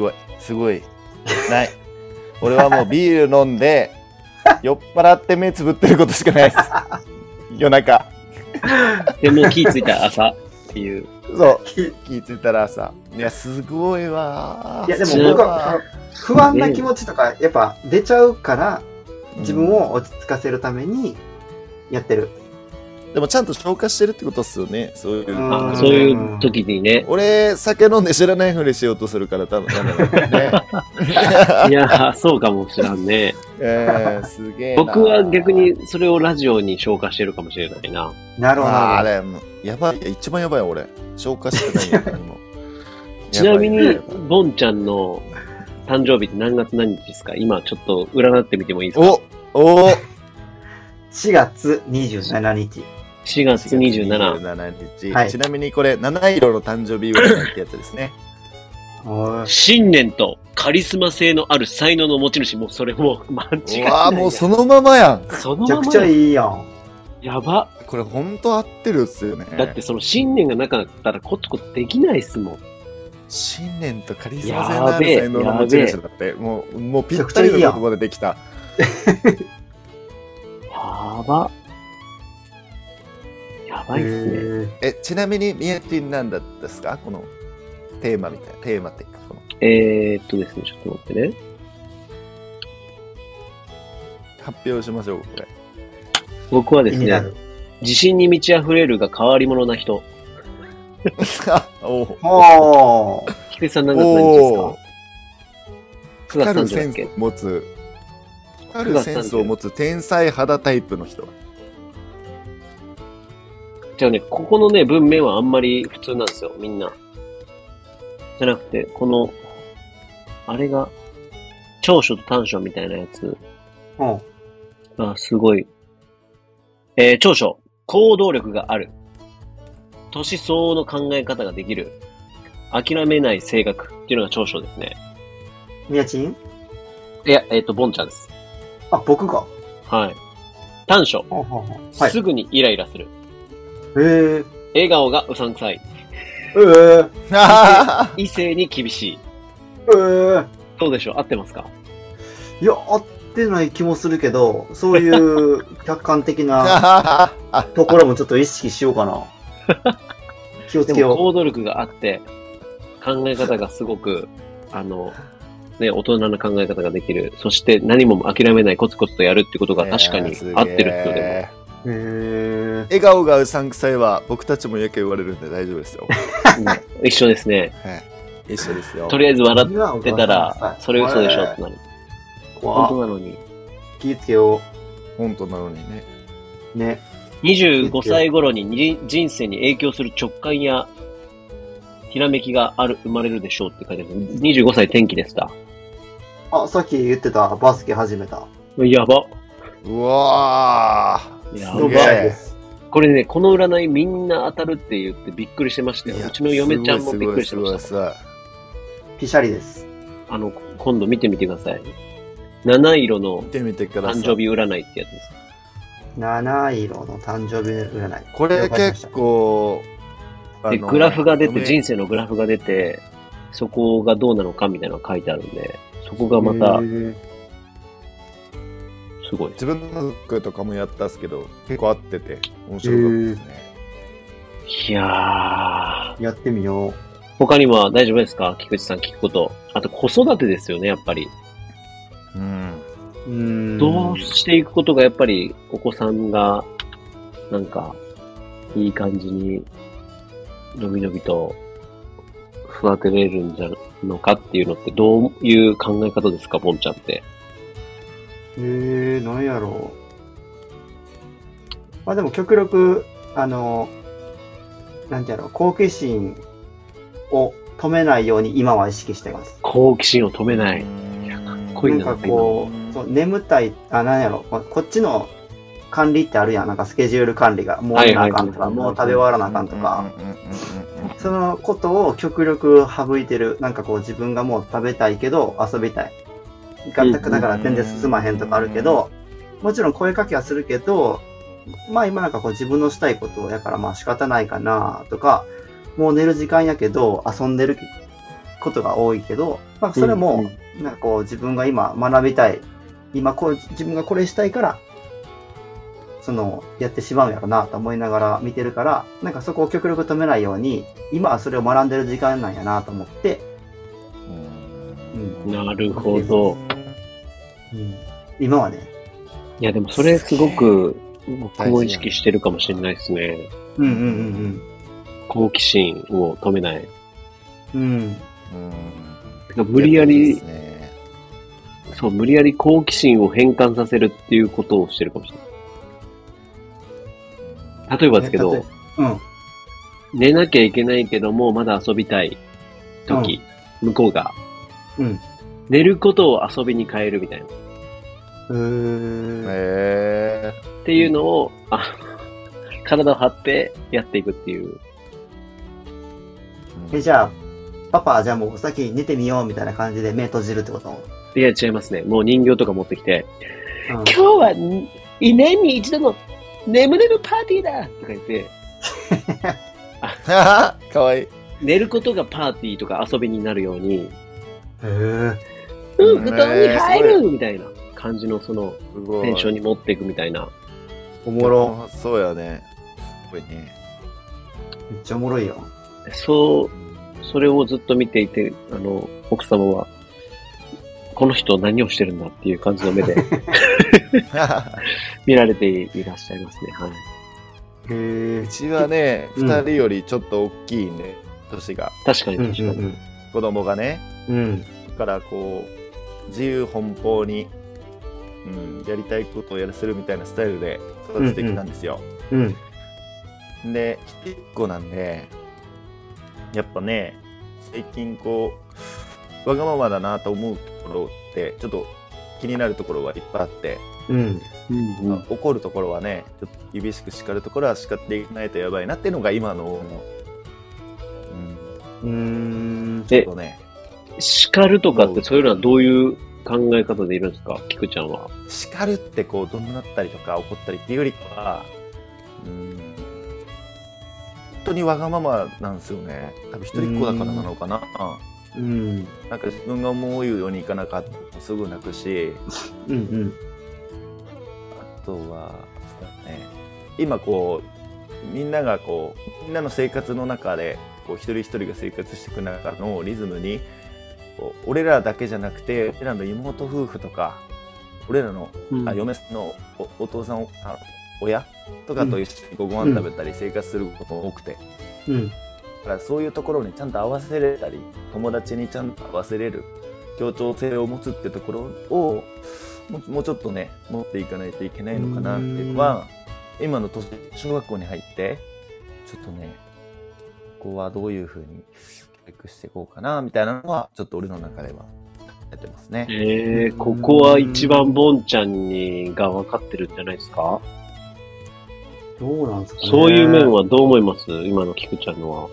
ない。俺はもうビール飲んで、酔っ払って目つぶってることしかないです。夜中。 でも気ついたら朝っていう。 そう。気ついたら朝。いや、すごいわ。 いや、でも僕は不安な気持ちとかやっぱ出ちゃうから、自分を落ち着かせるためにやってる。 でもちゃんと消化してるってことっすよね。そういう。 そういう時にね。 俺、酒飲んで知らないふりしようとするから多分ダメだね。 いや、そうかもしらんね。 すげえな。 僕は逆にそれをラジオに消化してるかもしれないな。 なるほど。 あれ、やばい。一番やばい俺。消化してないよ、何も。 ちなみに、ボンちゃんの誕生日って何月何日ですか？今ちょっと占ってみてもいいですか？ お !4 月27日。 4月27 日。はい、ちなみにこれ、七色の誕生日占いってやつですね。 信念とカリスマ性のある才能の持ち主、もうそれも間違いない。 うわもうそのままやん。 そのままめちゃくちゃいいやん。 やば。 これほんと合ってるっすよね。 だってその信念がなかったらコツコツできないっすもん。 信念とカリスマ性のある才能の持ち主だって、もうぴったりの言葉でできた。 やば。やばいっすね。 ちなみに、宮地なんだったですか？このテーマみたいな。テーマっていうか、この。 ですね、ちょっと待ってね。 発表しましょう、これ。 僕はですね、自信に満ち溢れるが変わり者な人。 お菊池さん何月何日ですか？ 光るセンスを持つ、光るセンスを持つ天才肌タイプの人。 じゃあね、ここのね、文面はあんまり普通なんですよ、みんな。じゃなくて、この、あれが、長所と短所みたいなやつ。すごい。長所、行動力がある。年相応の考え方ができる。諦めない性格っていうのが長所ですね。 みやちん？ いや、ボンちゃんです。 あ、僕が？ はい。短所、すぐにイライラする。笑顔がうさんくさい。異性に厳しい。どうでしょう？合ってますか？ いや、合ってない気もするけど、そういう客観的なところもちょっと意識しようかな。気をつけよう。 でも行動力があって、考え方がすごく、ね、大人な考え方ができる。そして何も諦めないコツコツとやるってことが確かに合ってる人でも。 笑顔がうさんくさいは僕たちもやけ言われるんで大丈夫ですよ。 一緒ですね。 一緒ですよ。 とりあえず笑ってたら、それ嘘でしょってなる。本当なのに。 気をつけよう。 本当なのにね。 ね。 25歳頃に人生に影響する直感やひらめきが生まれるでしょうって書いてある。25歳転機ですか？ あ、さっき言ってたバスケ始めた。 やば。 うわー。やばいです。これね、この占いみんな当たるって言ってびっくりしてましたよ。うちの嫁ちゃんもびっくりしてました。 ピシャリです。 今度見てみてください。七色の誕生日占いってやつです。 七色の誕生日占い。 これ結構、 で、グラフが出て、人生のグラフが出て、そこがどうなのかみたいなのが書いてあるんで、そこがまた、すごい。 自分の服とかもやったんですけど、結構合ってて、面白かったですね。 いやー。 やってみよう。 他には大丈夫ですか？菊池さん聞くこと。あと子育てですよね、やっぱり。どうしていくことがやっぱりお子さんがなんかいい感じにのびのびと育てれるんじゃのかっていうのってどういう考え方ですか、ボンちゃんって。 なんやろう。まあでも極力、なんてやろう、好奇心を止めないように今は意識してます。 好奇心を止めない。いや、かっこいいな。 なんかこう、そう眠たい、なんやろ、こっちの管理ってあるやん。なんかスケジュール管理が。もう寝なあかんとか、もう食べ終わらなあかんとか。そのことを極力省いてる。なんかこう自分がもう食べたいけど遊びたい。だから全然進まへんとかあるけど、もちろん声かけはするけど、まあ今なんかこう自分のしたいことやからまあ仕方ないかなとか、もう寝る時間やけど遊んでることが多いけど、まあそれもなんかこう自分が今学びたい、今こう自分がこれしたいから、やってしまうんやろなと思いながら見てるから、なんかそこを極力止めないように、今はそれを学んでる時間なんやなと思って、 なるほど。 今はね。 いやでもそれすごく僕も意識してるかもしれないですね。好奇心を止めない。無理やり、そう、無理やり好奇心を変換させるっていうことをしてるかもしれない。例えばですけど、寝なきゃいけないけども、まだ遊びたい時、向こうが、寝ることを遊びに変えるみたいな。っていうのを、体を張ってやっていくっていう。 じゃあ、パパ、じゃあもう先寝てみようみたいな感じで目閉じるってこと？ いや、違いますね。もう人形とか持ってきて、今日は年に一度の眠れるパーティーだとか言って、 かわいい。 寝ることがパーティーとか遊びになるように、 布団に入るみたいな感じのテンションに持っていくみたいな。 おもろ。 そうやね。すごいね。 めっちゃおもろいよ。 それをずっと見ていて、奥様は、この人何をしてるんだっていう感じの目で見られていらっしゃいますね。はい。 うちはね、2人よりちょっと大きいね、年が。 確かに確かに。 子供がね。だからこう、自由奔放に、やりたいことをやらせるみたいなスタイルで育ててきたんですよ。で、一人っ子なんで、やっぱね、最近こう、わがままだなと思うところってちょっと気になるところはいっぱいあって、怒るところはね、ちょっと厳しく叱るところは叱っていかないとやばいなっていうのが今のちょっとね。 叱るとかってそういうのはどういう考え方でいるんですか、菊ちゃんは。 叱るってこう怒鳴ったりとか怒ったりっていうよりかは、本当にわがままなんですよね。多分一人っ子だからなのかな。なんか自分が思うようにいかなかったらすぐ泣くし、あとはそうね、今こうみんながこうみんなの生活の中でこう一人一人が生活していく中のリズムにこう俺らだけじゃなくて俺らの妹夫婦とか俺らの、嫁の お父さん親とかと一緒にご飯食べたり生活することも多くて、だからそういうところにちゃんと合わせれたり友達にちゃんと合わせれる協調性を持つってところをもうちょっとね持っていかないといけないのかなっていうのは今の年小学校に入ってちょっとねここはどういうふうに教育していこうかなみたいなのはちょっと俺の中ではやってますね。 ここは一番ボンちゃんが分かってるんじゃないですか。 どうなんですかね。 そういう面はどう思います？今の菊ちゃんのは。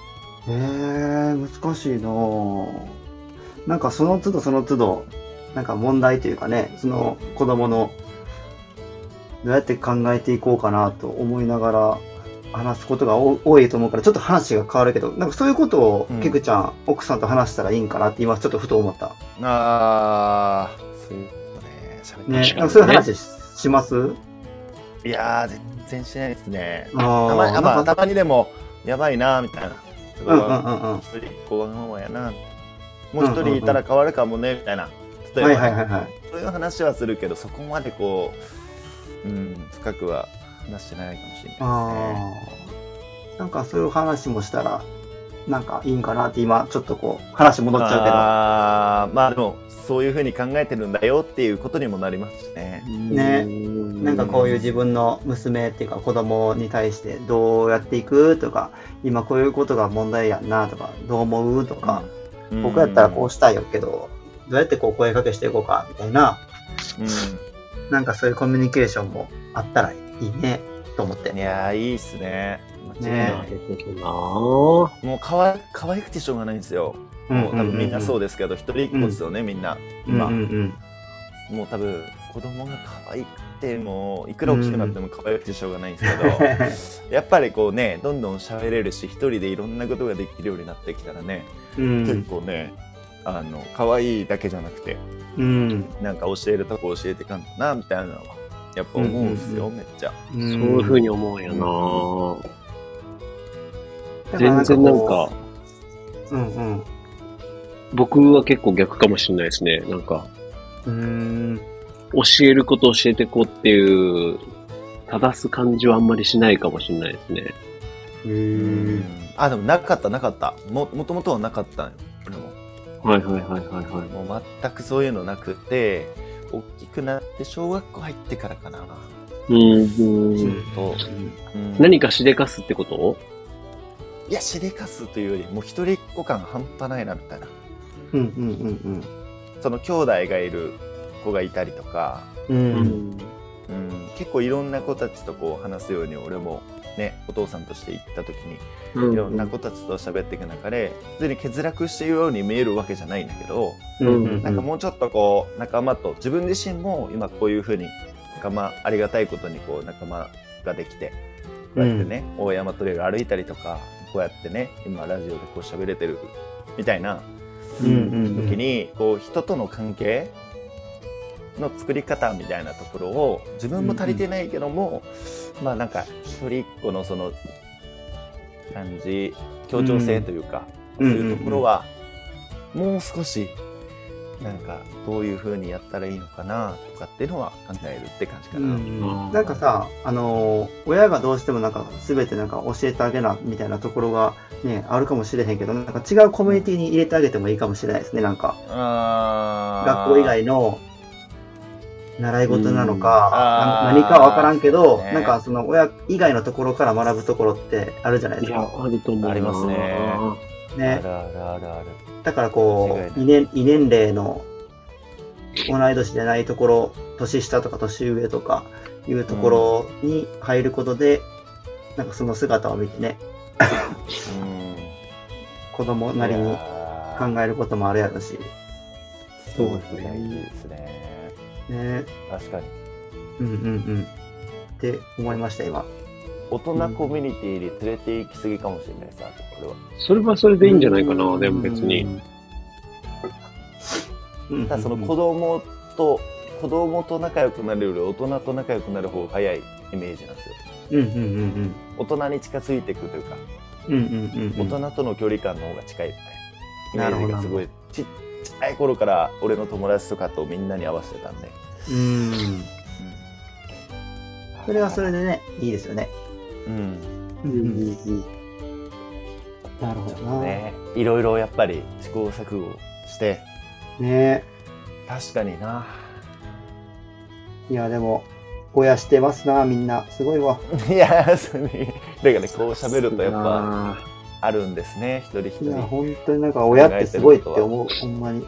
難しいなぁ。なんかその都度、なんか問題というかね、その子供のどうやって考えていこうかなと思いながら話すことが多いと思うから、ちょっと話が変わるけど、なんかそういうことを菊ちゃん、奥さんと話したらいいんかなって今ちょっとふと思った。 そういうことね。 喋ってましたね。そういう話します？ いやー、全然しないですね。たまにでも、やばいなみたいな。一人っ子わがままやな。もう一人いたら変わるかもね、みたいな。例えば、そういう話はするけど、そこまでこう、深くは話してないかもしれないですね。 なんかそういう話もしたら、なんかいいんかなって今、ちょっとこう、話戻っちゃうけど。 まあでも、そういうふうに考えてるんだよっていうことにもなりますしね。 ね。なんかこういう自分の娘っていうか子供に対してどうやっていくとか、今こういうことが問題やんなとか、どう思うとか、僕やったらこうしたいよけど、どうやってこう声かけしていこうかみたいな、なんかそういうコミュニケーションもあったらいいねと思って。 いやー、いいっすね。 ね。 もう可愛くてしょうがないんですよ。もう多分みんなそうですけど、一人一個ですよね、みんな。今。もう多分子供が可愛くても、いくら大きくなっても可愛くてしょうがないんですけど、やっぱりこうね、どんどん喋れるし、一人でいろんなことができるようになってきたらね、結構ね、可愛いだけじゃなくて、なんか教えるとこ教えてかんな、みたいなのは、やっぱ思うんですよ、めっちゃ。 そういう風に思うんやな全然なんか、僕は結構逆かもしれないですね。なんか、教えること教えてこうっていう、正す感じはあんまりしないかもしれないですね。 でもなかった。もともとはなかったよ、俺も。 はい。 もう全くそういうのなくて、大きくなって小学校入ってからかな。 何かしでかすってこと？ いや、しでかすというより、もう一人っ子感半端ないな、みたいな。その兄弟がいる子がいたりとか、結構いろんな子たちとこう話すように、俺もね、お父さんとして行った時に、いろんな子たちと喋っていく中で、普通に欠落しているように見えるわけじゃないんだけど、なんかもうちょっとこう、仲間と、自分自身も今こういうふうに、ありがたいことにこう仲間ができて、こうやってね、大山トレイル歩いたりとか、こうやってね、今ラジオでこう喋れてるみたいな時に、こう人との関係の作り方みたいなところを自分も足りてないけども、まあなんか一人っ子のその感じ、協調性というか、そういうところはもう少しなんかどういう風にやったらいいのかなとかっていうのは考えるって感じかな。 なんかさ、親がどうしてもなんか全てなんか教えてあげなみたいなところがね、あるかもしれへんけど、なんか違うコミュニティに入れてあげてもいいかもしれないですね、なんか。学校以外の習い事なのか、何かは分からんけど、なんかその親以外のところから学ぶところってあるじゃないですか。 あると思う。 ありますね。 ね。だからこう、2年齢の同い年でないところ、年下とか年上とかいうところに入ることで、なんかその姿を見てね、子供なりに考えることもあるやろし。 そうですね、いいですね。 ね、 確かに。 って思いました、今。 大人コミュニティに連れて行き過ぎかもしれないです、これは。 それはそれでいいんじゃないかな、でも別に。 ただその子供と仲良くなるより大人と仲良くなる方が早いイメージなんですよ。大人に近づいていくというか、大人との距離感の方が近いみたいなイメージがすごいちっちゃい頃から俺の友達とかとみんなに合わせてたんで。 それはそれでね、いいですよね。なるほどな。 ね、いろいろやっぱり試行錯誤してね。 確かにな。 いやでも親してますな、みんなすごいわ。 いやそれだからね、こう喋るとやっぱあるんですね、一人一人。 いや本当になんか親ってすごいって思う、ほんまに。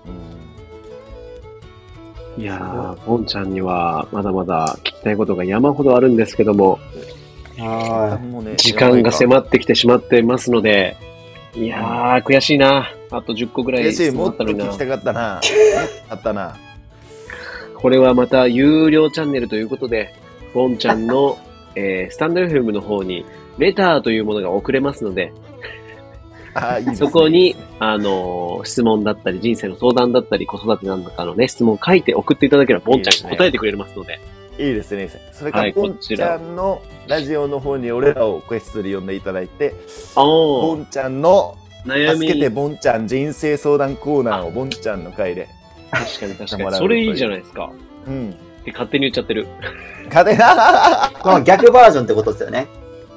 いやー、ボンちゃんにはまだまだ聞きたいことが山ほどあるんですけども、時間が迫ってきてしまってますので、いやー、悔しいな。あと10個ぐらい悔しい、もっと聞きたかったな。あったな。 これはまた有料チャンネルということで、ボンちゃんの、スタンド FM の方にレターというものが送れますので、 いいですね、 そこに、質問だったり、人生の相談だったり、子育てなんだかのね、質問を書いて送っていただければ、ボンちゃんが答えてくれますので。 いいですね。それから、ボンちゃんのラジオの方に俺らをクエストで呼んでいただいて、ボンちゃんの助けてボンちゃん人生相談コーナーをボンちゃんの回で。 確かに。それいいじゃないですか。勝手に言っちゃってる。 この逆バージョンってことですよね。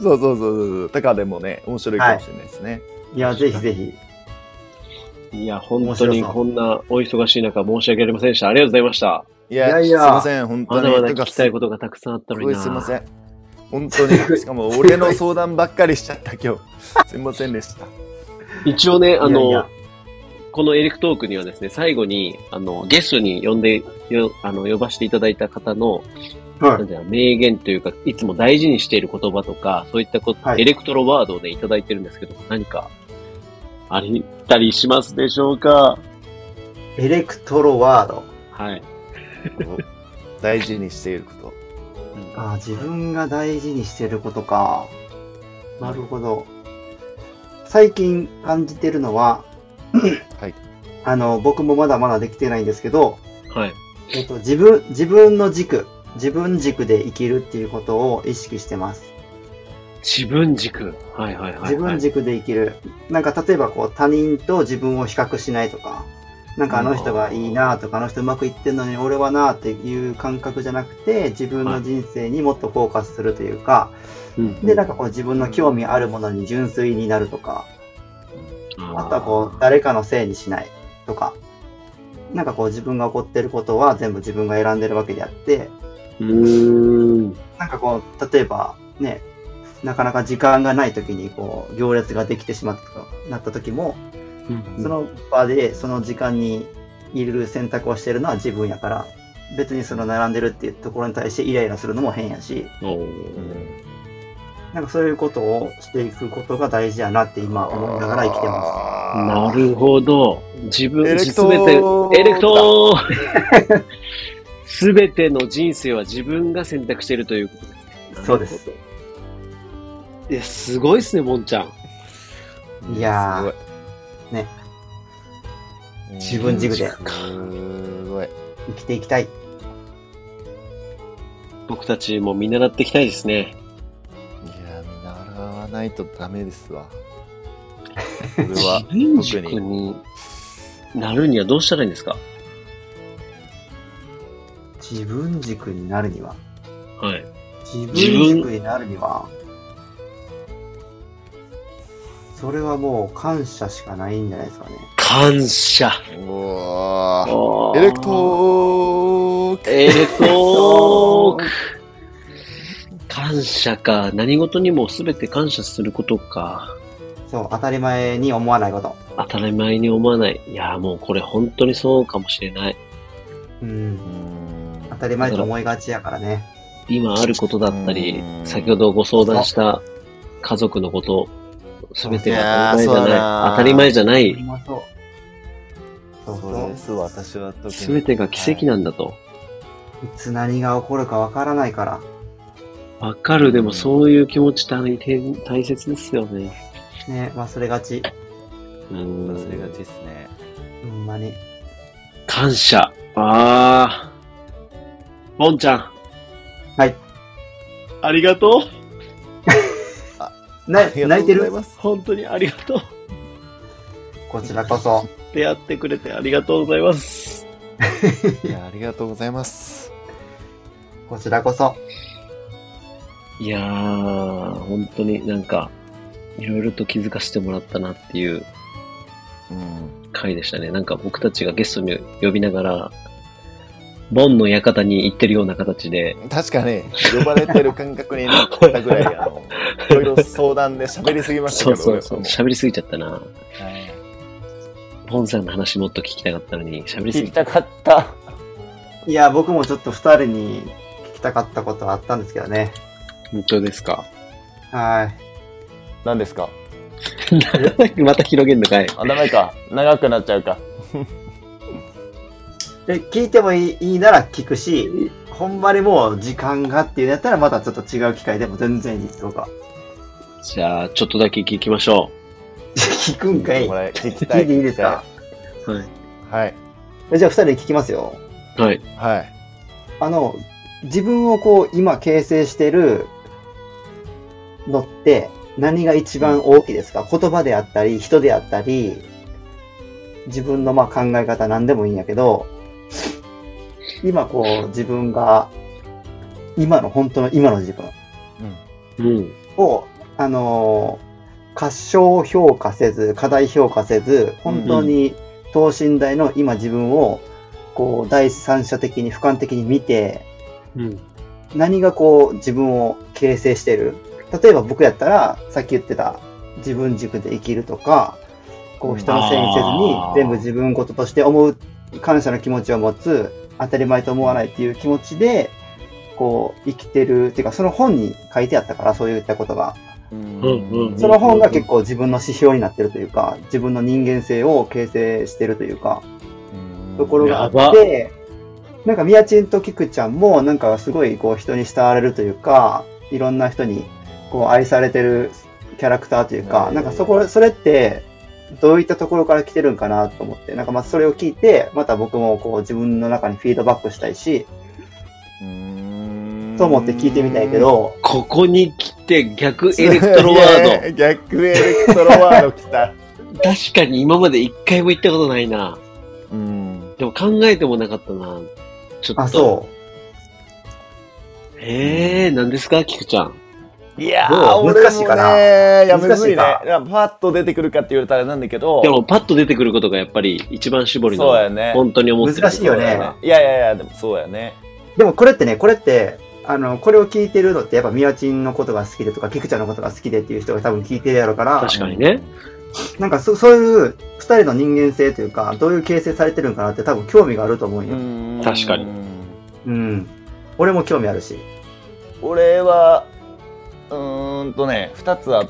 そうとかでもね面白いかもしれないですね。 いやぜひぜひ。 いや本当にこんなお忙しい中申し訳ありませんでした。ありがとうございました。 いやすいません本当に。 まだまだ聞きたいことがたくさんあったのにな。 すいません本当に。しかも俺の相談ばっかりしちゃった今日。すいませんでした。 一応ねこのエレクトークにはですね、最後に、ゲストに呼ばせていただいた方の、名言というか、いつも大事にしている言葉とか、そういったこと、エレクトロワードをね、いただいてるんですけど、何か、あったりしますでしょうか？ エレクトロワード。 はい。 大事にしていること。 自分が大事にしていることか。なるほど。最近感じてるのは、はい、僕もまだまだできてないんですけど、 はい。 自分の軸、自分軸で生きるっていうことを意識してます。 自分軸。はいはいはい、はい。 自分軸で生きる。なんか例えば他人と自分を比較しないとか、なんかあの人がいいなとか、あの人うまくいってんのに俺はなっていう感覚じゃなくて、自分の人生にもっとフォーカスするというか、で、なんか自分の興味あるものに純粋になるとか、あとは誰かのせいにしないとか、なんか自分が起こってることは全部自分が選んでるわけであって、なんか例えばね、なかなか時間がない時に行列ができてしまったとかなった時も、その場でその時間にいる選択をしてるのは自分やから、別にその並んでるっていうところに対してイライラするのも変やし、なんかそういうことをしていくことが大事やなって今思いながら生きてます。 なるほど。自分、エレクトーすべての人生は自分が選択しているということですね。 そうです。 いや、すごいですね、もんちゃん。いやー、ね。自分軸で生きていきたい。 僕たちも見習っていきたいですね。 ないとダメですわ。これは自分軸になるにはどうしたらいいんですか？ 自分軸になるには。 はい。 自分軸になるには。それはもう感謝しかないんじゃないですかね。 感謝。 エレクトーク。 エレクトーク。感謝か。何事にも全て感謝することか。 そう、当たり前に思わないこと。 当たり前に思わない。いや、もうこれ本当にそうかもしれない。 当たり前と思いがちやからね。 今あることだったり、先ほどご相談した家族のこと、全てが当たり前じゃない。 そうです、私は特に。 全てが奇跡なんだと。 いつ何が起こるかわからないから。 わかる。でもそういう気持ち大切ですよね。 ね、忘れがち。 忘れがちですね。 ほんまに。 感謝。もんちゃん。 はい。 ありがとう。泣いてる？ 本当にありがとう。 こちらこそ。 出会ってくれてありがとうございます。 いや、ありがとうございます。 こちらこそ。 いやー、本当になんか、いろいろと気づかせてもらったなっていう回でしたね。なんか僕たちがゲストに呼びながら、ボンの館に行ってるような形で。 確かに、呼ばれてる感覚になったぐらい、いろいろ相談で喋りすぎましたけど。 そう、喋りすぎちゃったな。ボンさんの話もっと聞きたかったのに、喋りすぎ聞きたかった。 いや、僕もちょっと二人に聞きたかったことはあったんですけどね。 本当ですか？ はい。 何ですか？ また広げんのかい？ ダメか。長くなっちゃうか。 聞いてもいいなら聞くし、ほんまにもう時間がっていうやったらまたちょっと違う機会でも全然いいとか。 じゃあ、ちょっとだけ聞きましょう。聞くんかい？ これ聞きたい。 聞いていいですか？ はい。 はい。 じゃあ二人で聞きますよ。 はい。 はい。 自分を今形成してるのって何が一番大きいですか？言葉であったり、人であったり、自分の考え方何でもいいんやけど、今自分が、本当の今の自分を過小評価せず、過大評価せず、本当に等身大の今自分を、こう、第三者的に、俯瞰的に見て、何がこう、自分を形成してる。例えば僕やったら、さっき言ってた、自分軸で生きるとか、こう、人のせいにせずに、全部自分事として思う、感謝の気持ちを持つ、当たり前と思わないっていう気持ちで、こう、生きてる、っていうか、その本に書いてあったから、そういったことが。その本が結構自分の指標になってるというか、自分の人間性を形成してるというか、ところがあって、なんか、みやちんときくちゃんも、なんかすごいこう人に慕われるというか、いろんな人にこう愛されてるキャラクターというか、なんかそれって、どういったところから来てるんかなと思って、なんかまずそれを聞いて、また僕もこう自分の中にフィードバックしたいし、と思って聞いてみたいけど。 ここに来て逆エレクトロワード。 逆エレクトロワード来た。 確かに今まで一回も言ったことないな。でも考えてもなかったな。ちょっと。 あ、そう。 何ですか、キクちゃん。 いやー、難しいかな。いや、難しいね。パッと出てくるかって言われたらなんだけど。 でも、パッと出てくることがやっぱり一番絞りの。 そうやね。 本当に思ってる。 難しいよね。 いや、でもそうやね。 でもこれって、これを聞いてるのって、やっぱみやちんのことが好きでとか、キクちゃんのことが好きでっていう人が多分聞いてるやろから。 確かにね。 なんかそういう二人の人間性というか、どういう形成されてるんかなって多分興味があると思うよ。 確かに。 俺も興味あるし。 俺は、二つあって、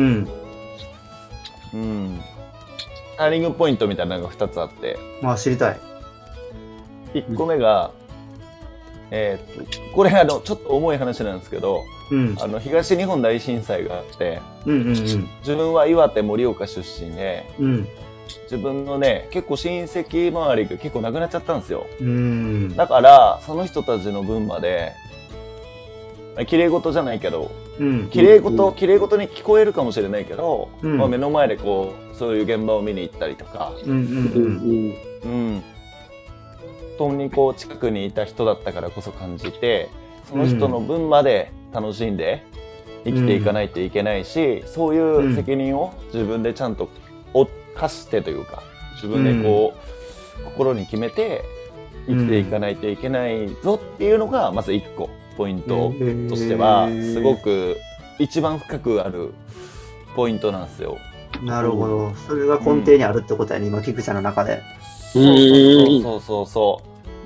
ターニングポイントみたいなのが二つあって。 まあ知りたい。 一個目が、これちょっと重い話なんですけど、東日本大震災があって、自分は岩手盛岡出身で、自分のね、結構親戚周りが結構亡くなっちゃったんですよ。だから、その人たちの分まで、綺麗事じゃないけど、綺麗事に聞こえるかもしれないけど、目の前でこう、そういう現場を見に行ったりとか、本当にこう近くにいた人だったからこそ感じて、その人の分まで楽しんで生きていかないといけないし、そういう責任を自分でちゃんと課してというか、自分でこう、心に決めて生きていかないといけないぞっていうのがまず一個ポイントとしてはすごく一番深くあるポイントなんですよ。 なるほど。それが根底にあるってことやね、今キクちゃんの中で。 そう。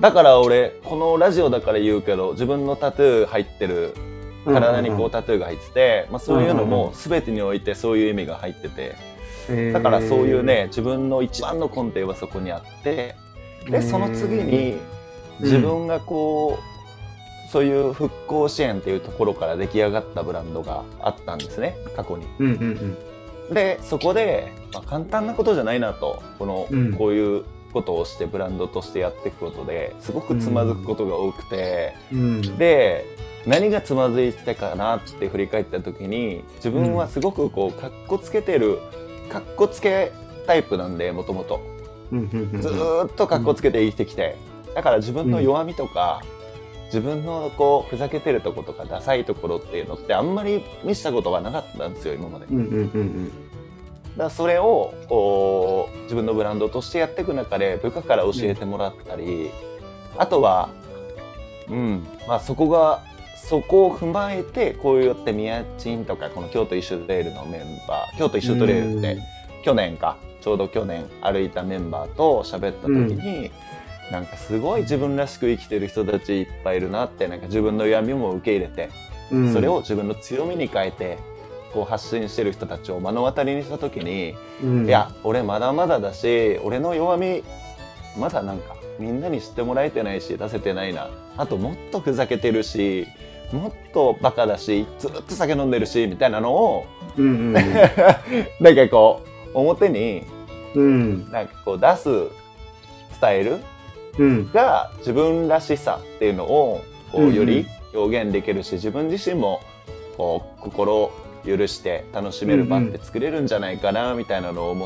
だから俺このラジオだから言うけど、自分のタトゥー入ってる、体にこうタトゥーが入ってて、そういうのも全てにおいてそういう意味が入ってて、だからそういうね、自分の一番の根底はそこにあって、でその次に自分がこう、そういう復興支援っていうところから出来上がったブランドがあったんですね、過去に。でそこで、簡単なことじゃないなと、こういうことをしてブランドとしてやっていくことですごくつまずくことが多くて、で何がつまずいてたかなって振り返った時に、自分はすごくこうかっこつけタイプなんで、もともとずーっとかっこつけて生きてきて、だから自分の弱みとか、自分のこうふざけてるとことかダサいところっていうのってあんまり見せたことがなかったんですよ、今まで。だからそれをこう自分のブランドとしてやっていく中で部下から教えてもらったり、あとは、そこを踏まえて、こうやってみやちんとかこの京都一周トレイルのメンバー、京都一周トレイルってちょうど去年歩いたメンバーと喋った時に、なんかすごい自分らしく生きてる人たちいっぱいいるなって、なんか自分の弱みも受け入れて、それを自分の強みに変えてこう発信してる人たちを目の当たりにした時に、いや俺まだまだだし、俺の弱みまだなんかみんなに知ってもらえてないし出せてないな、あともっとふざけてるし、もっとバカだし、ずっと酒飲んでるしみたいなのを、なんかこう表になんかこう出す伝えるが自分らしさっていうのをこうより表現できるし、自分自身もこう心を許して楽しめる場って作れるんじゃないかなみたいなのを思って、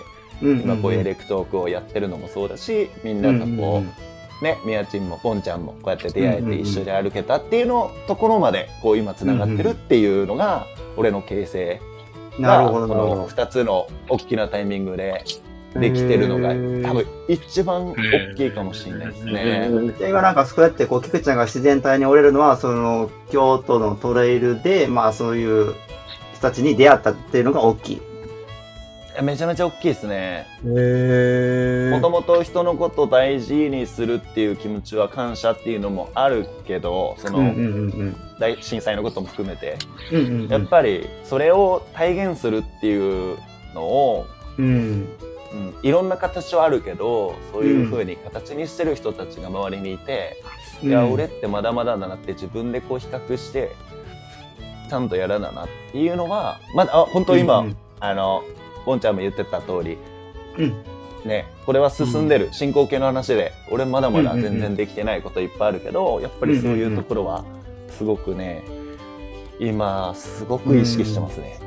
今こうエレクトークをやってるのもそうだし、みんながこうね、みやちんもポンちゃんもこうやって出会えて一緒で歩けたっていうのところまでこう今つながってるっていうのが俺の形成が、この2つの大きなタイミングでできてるのが多分一番大きいかもしれないですね。 今なんかそうやってこう菊ちゃんが自然体に折れるのはその京都のトレイルでまあそういう人たちに出会ったっていうのが大きい。 めちゃめちゃ大きいですね。もともと人のことを大事にするっていう気持ちは感謝っていうのもあるけど、その大震災のことも含めて、やっぱりそれを体現するっていうのを、いろんな形はあるけど、そういう風に形にしてる人たちが周りにいて、いや俺ってまだまだだなって自分でこう比較してちゃんとやらななっていうのはまだ本当今、ボンちゃんも言ってた通り、ね、これは進んでる、進行形の話で俺まだまだ全然できてないこといっぱいあるけど、やっぱりそういうところはすごくね今すごく意識してますね。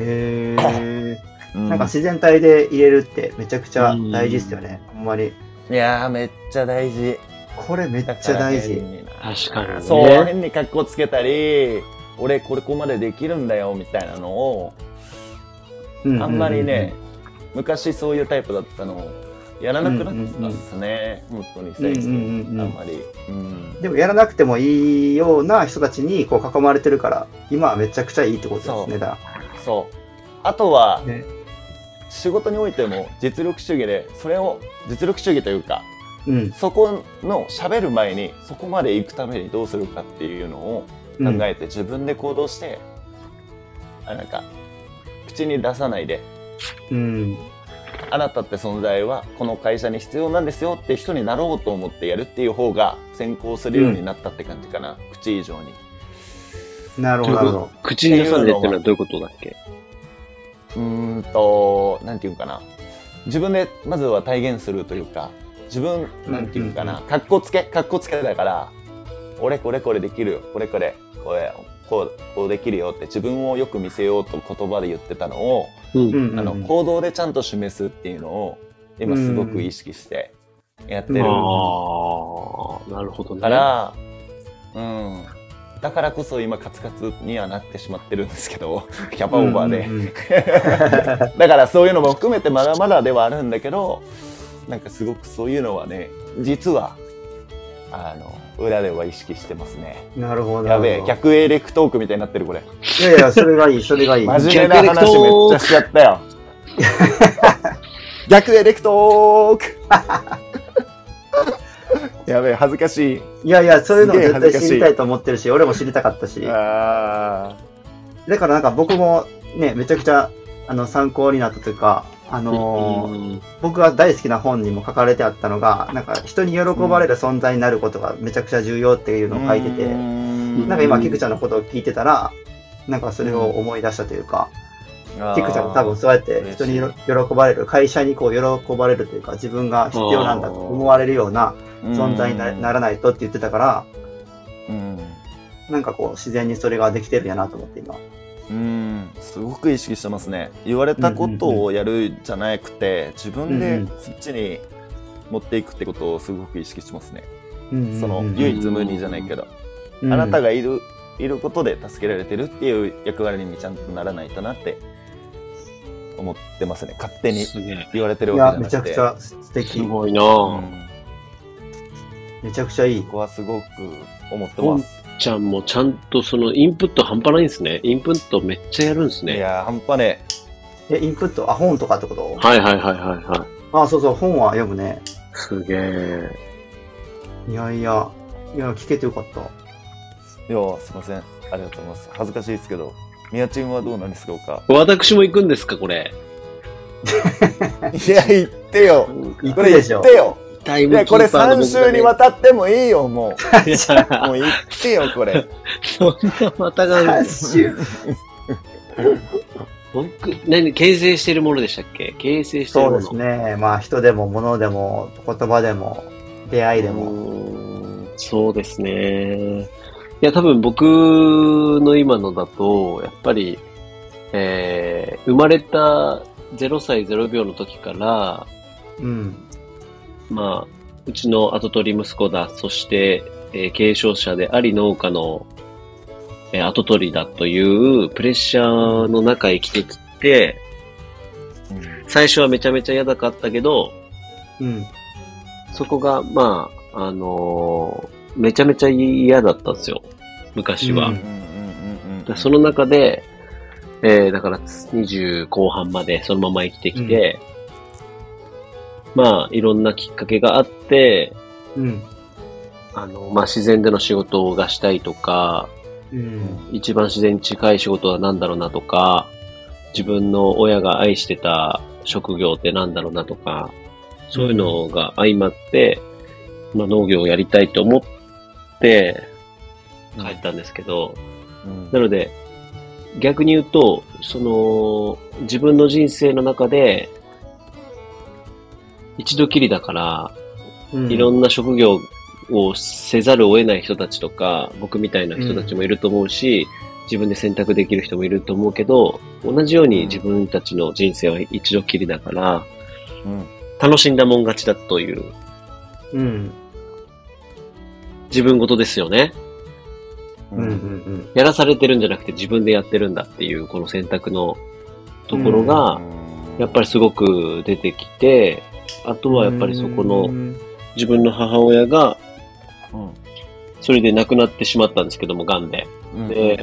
なんか自然体で入れるってめちゃくちゃ大事ですよね、ほんまに。 いやーめっちゃ大事。 これめっちゃ大事。 確かにね。 そう、変に格好つけたり俺ここまでできるんだよみたいなのをあんまりね、昔そういうタイプだったのをやらなくなったんですね、本当に最近あんまり、 でもやらなくてもいいような人たちにこう囲まれてるから今はめちゃくちゃいいってことですね。だそうあとは、仕事においても実力主義でそれを実力主義というか、そこの喋る前にそこまで行くためにどうするかっていうのを考えて自分で行動して、なんか口に出さないで、あなたって存在はこの会社に必要なんですよって人になろうと思ってやるっていう方が先行するようになったって感じかな、口以上に。 なるほど。 口に出さないっていうのはどういうことだっけ？ なんていうかな、自分でまずは体現するというか、自分なんていうかな、かっこつけだから、俺これできるよ、こうできるよって自分をよく見せようと言葉で言ってたのを、行動でちゃんと示すっていうのを今すごく意識してやってる。なるほどね。 から、だからこそ今カツカツにはなってしまってるんですけど、キャパオーバーで。だからそういうのも含めてまだまだではあるんだけど、なんかすごくそういうのはね、実は裏では意識してますね。 なるほど。 やべえ、逆エレクトークみたいになってるこれ。 いやいや、それがいい、それがいい。 真面目な話めっちゃしちゃったよ。逆エレクトークやべえ、恥ずかしい。 いやいや、そういうのも絶対知りたいと思ってるし、俺も知りたかったし。だからなんか僕もね、めちゃくちゃ参考になったというか、僕が大好きな本にも書かれてあったのが、なんか人に喜ばれる存在になることがめちゃくちゃ重要っていうのを書いてて、なんか今キクちゃんのことを聞いてたら、なんかそれを思い出したというか、キクちゃんも多分そうやって人に喜ばれる、会社にこう喜ばれるというか、自分が必要なんだと思われるような存在にならないとって言ってたから、なんかこう自然にそれができてるんやなと思って今。 すごく意識してますね。言われたことをやるじゃなくて、自分でそっちに持っていくってことをすごく意識してますね。その唯一無二じゃないけど、あなたがいることで助けられてるっていう役割にちゃんとならないとなって思ってますね。勝手に言われてるわけじゃなくて。 いや、めちゃくちゃ素敵。 すごいな、 めちゃくちゃいい。 ここはすごく思ってます。 ちゃんもちゃんとそのインプット半端ないんですね。インプットめっちゃやるんですね。 いや半端ねえ。インプット、本とかってこと？ はい。 そうそう、本は読むね。 すげえ。 いや、聞けてよかった。 いや、すいません。ありがとうございます。恥ずかしいですけど、みやちんはどうなんですか？ 私も行くんですか、これ。 いや、行ってよ。 行くでしょ。 行ってよ。これ3週にわたってもいいよ、もう。もう行ってよ、これ。 そんなまたがる。僕、形成してるものでしたっけ？形成してるもの。 そうですね。まあ、人でも物でも、言葉でも、出会いでも。 そうですね。いや、多分僕の今のだと、やっぱり、生まれた0歳0秒の時から、まあ、うちの跡取り息子だ、そして、継承者であり農家の、 跡取りだというプレッシャーの中生きてきて、最初はめちゃめちゃ嫌だかったけど、そこが、まあ、めちゃめちゃ嫌だったんですよ。昔は。その中で、だから20後半までそのまま生きてきて、まあ、いろんなきっかけがあって、まあ、自然での仕事がしたいとか、一番自然に近い仕事は何だろうなとか、自分の親が愛してた職業って何だろうなとか、そういうのが相まって、まあ、農業をやりたいと思って帰ったんですけど、なので逆に言うと、自分の人生の中で一度きりだから、いろんな職業をせざるを得ない人たちとか、僕みたいな人たちもいると思うし、自分で選択できる人もいると思うけど、同じように自分たちの人生は一度きりだから、楽しんだもん勝ちだという、自分事ですよね。やらされてるんじゃなくて自分でやってるんだっていう、この選択のところが、やっぱりすごく出てきて、あとはやっぱりそこの自分の母親が、それで亡くなってしまったんですけども、癌で。で、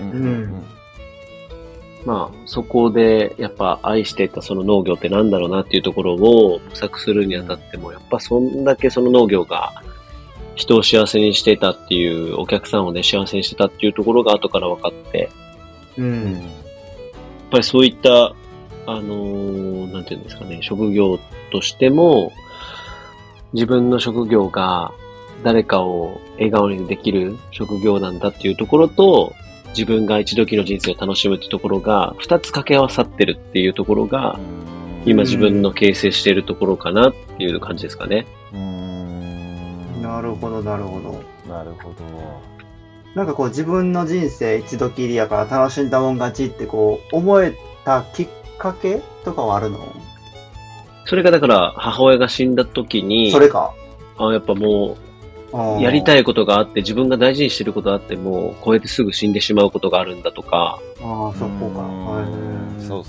まあ、そこでやっぱ愛してたその農業ってなんだろうなっていうところを模索するにあたっても、やっぱそんだけその農業が人を幸せにしていたっていう、お客さんをね、幸せにしてたっていうところが後から分かって、やっぱりそういった、なんていうんですかね、職業としても、自分の職業が誰かを笑顔にできる職業なんだっていうところと、自分が一度きりの人生を楽しむっていうところが、二つ掛け合わさってるっていうところが、今自分の形成しているところかなっていう感じですかね。 なるほど、なるほど。 なるほど。 なんかこう自分の人生一度きりやから楽しんだもん勝ちってこう思えたきっかけとかはあるの？ それがだから母親が死んだ時に、 それか。 やっぱもう、やりたいことがあって、自分が大事にしてることがあっても、こうやってすぐ死んでしまうことがあるんだとか。 そこか。 そう。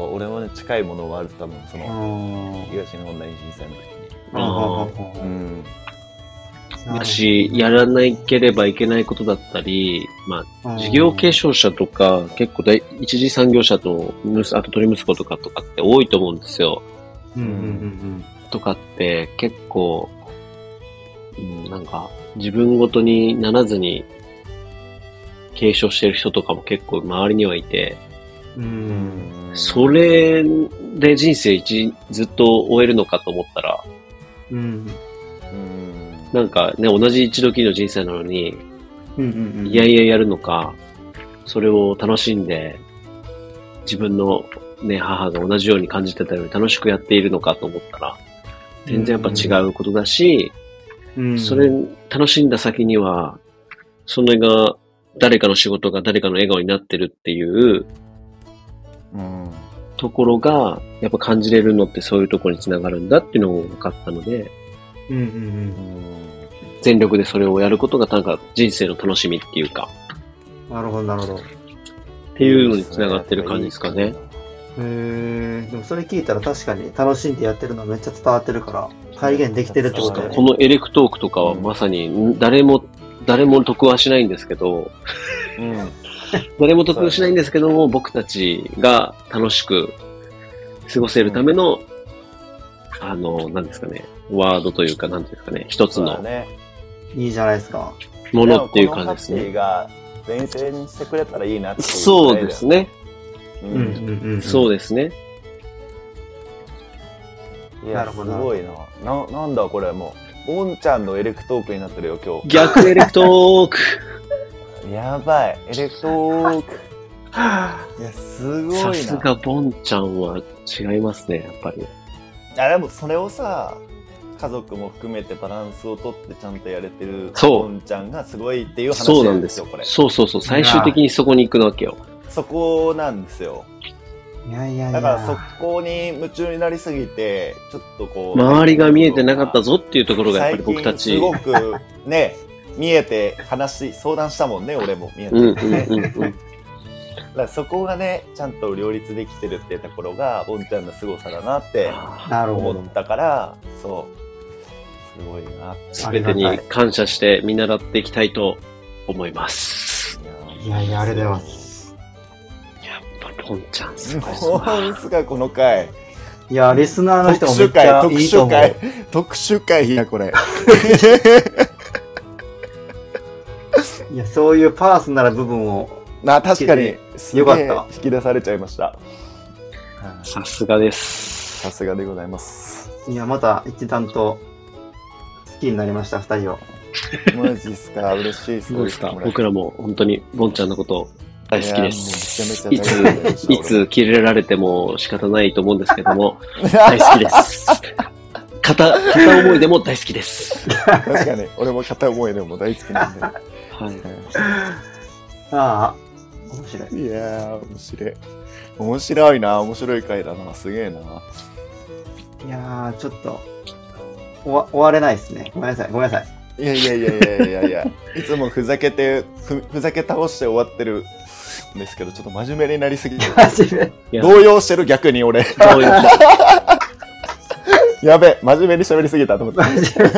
俺もね、近いものはあると多分、東日本大震災の時に。 だし、やらなければいけないことだったり、まあ、事業継承者とか、結構一次産業者と、跡取り息子とかって多いと思うんですよ。とかって結構、なんか自分ごとにならずに継承してる人とかも結構周りにはいて、それで人生ずっと終えるのかと思ったら、なんかね、同じ一度きりの人生なのに、いやいややるのか、それを楽しんで、自分のね、母が同じように感じてたように楽しくやっているのかと思ったら、全然やっぱ違うことだし、それ楽しんだ先には、それが誰かの仕事が誰かの笑顔になってるっていう、ところが、やっぱ感じれるのってそういうところにつながるんだっていうのを分かったので、全力でそれをやることがなんか人生の楽しみっていうか、 なるほど、なるほど。 っていうのにつながってる感じですかね。 でもそれ聞いたら確かに楽しんでやってるのめっちゃ伝わってるから体現できてるってことだよね。 このエレクトークとかはまさに誰も得はしないんですけど、誰も得はしないんですけども、僕たちが楽しく過ごせるための、なんですかね、ワードというか、なんていうんですかね、一つの、 いいじゃないですか。 ものっていう感じですね。 このが前世にしてくれたらいいなっていう。 そうですね。そうですね。 いや、すごいな。なんだこれ、もう、ボンちゃんのエレクトークになってるよ、今日。 逆エレクトークやばい、エレクトーク。いや、すごいな。 さすがボンちゃんは違いますね、やっぱり。 でもそれをさ、家族も含めてバランスをとってちゃんとやれてるボンちゃんがすごいっていう話なんですよ、これ。そう。 最終的にそこに行くわけよ。 そこなんですよ。だからそこに夢中になりすぎて、ちょっとこう。 周りが見えてなかったぞっていうところがやっぱり僕たち。 すごくね、 見えて相談したもんね、俺も見えてね。だからそこがね、ちゃんと両立できてるっていうところがボンちゃんの凄さだなって思ったから、そうすごいな。 全てに感謝して見習っていきたいと思います。 いやありがとうございます。 やっぱボンちゃんすごいですな。すがこの回。 いやリスナーの人もめっちゃいいと思う。 特殊回やこれ。 いやそういうパーソナル部分を確かによかった。 引き出されちゃいました。 さすがです。 さすがでございます。 いやまた一段と好きになりました2人を。 マジっすか、嬉しいです。 そうですか。僕らも本当にボンちゃんのこと大好きです。いつキレられても仕方ないと思うんですけども大好きです。片思いでも大好きです。 確かに俺も片思いでも大好きなんで。はい。 ああ面白い。 いやー面白いな。面白い回だな。すげえな。いやーちょっと終われないですね。ごめんなさい。 いやいつもふざけ倒して終わってるんですけど、ちょっと真面目になりすぎて動揺してる。逆に俺やべ、真面目に喋りすぎたと思って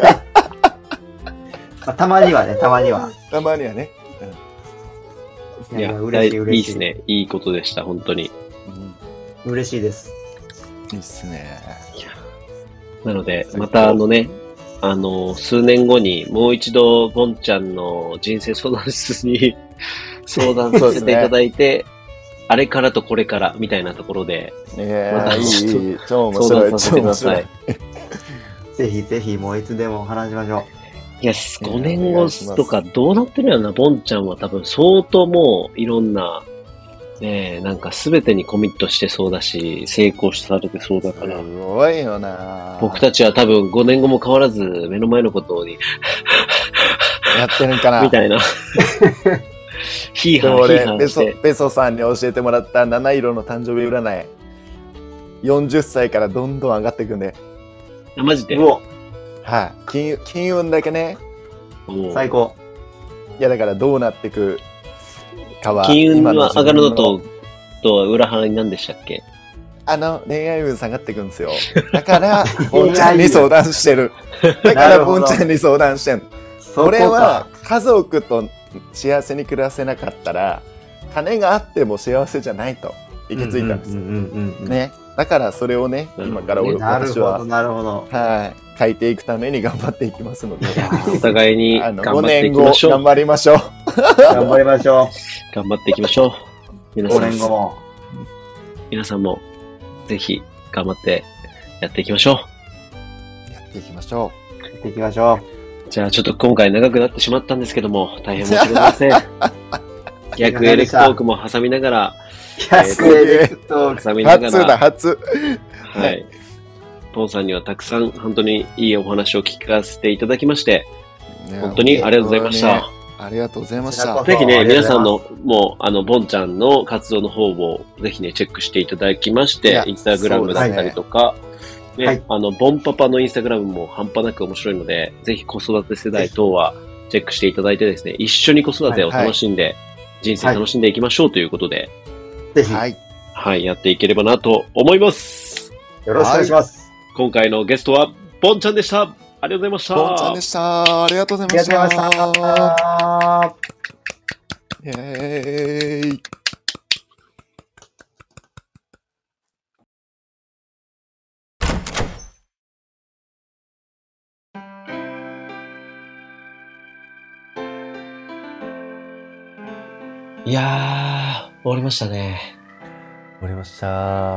たまにはね。 いや嬉しい。いいですね。いいことでした、本当に。 嬉しいです。 いいっすね。 なので、また数年後にもう一度、ボンちゃんの人生相談室に相談させていただいて、あれからとこれからみたいなところで、 また超面白い。 相談させてください。 ぜひぜひ、もういつでも話しましょう。 いや、5年後とかどうなってるやろな、ボンちゃんは多分相当もういろんな、なんか全てにコミットしてそうだし、成功されてそうだから。 すごいよな。 僕たちは多分5年後も変わらず目の前のことにやってるんかなみたいな。ヒーハーして。 ペソさんに教えてもらった七色の誕生日占い。40歳からどんどん上がっていくんで。 マジで？ はい、金運だけね。 最高。 いやだからどうなっていくかは。 金運は上がるのと裏腹に何でしたっけ？ 恋愛運下がっていくんですよ。だからボンちゃんに相談してる。だからボンちゃんに相談してん。俺は家族と幸せに暮らせなかったら金があっても幸せじゃないと行き着いたんですよ。ね。だからそれをね、今から私は書いていくために頑張っていきますので、 お互いに頑張っていきましょう。 5年後頑張りましょう。 頑張りましょう。 頑張っていきましょう。 5年後も皆さんもぜひ頑張ってやっていきましょう。 やっていきましょう。 じゃあちょっと今回長くなってしまったんですけども、大変申し訳ございません。逆エレクトークも挟みながら、 逆エレクトーク挟みながら、 初。 はい。ポンさんにはたくさん本当にいいお話を聞かせていただきまして、本当にありがとうございました。 ありがとうございました。 ぜひね、皆さんの、もう、ボンちゃんの活動の方をぜひね、チェックしていただきまして、インスタグラムだったりとか、ね、ボンパパのインスタグラムも半端なく面白いので、ぜひ子育て世代等はチェックしていただいてですね、一緒に子育てを楽しんで、人生楽しんでいきましょうということで、 ぜひ、 はい、やっていければなと思います。 よろしくお願いします。 今回のゲストは、ボンちゃんでした。ありがとうございました。 ボンちゃんでした。ありがとうございました。イェーイ。 いやー、終わりましたね。 終わりました。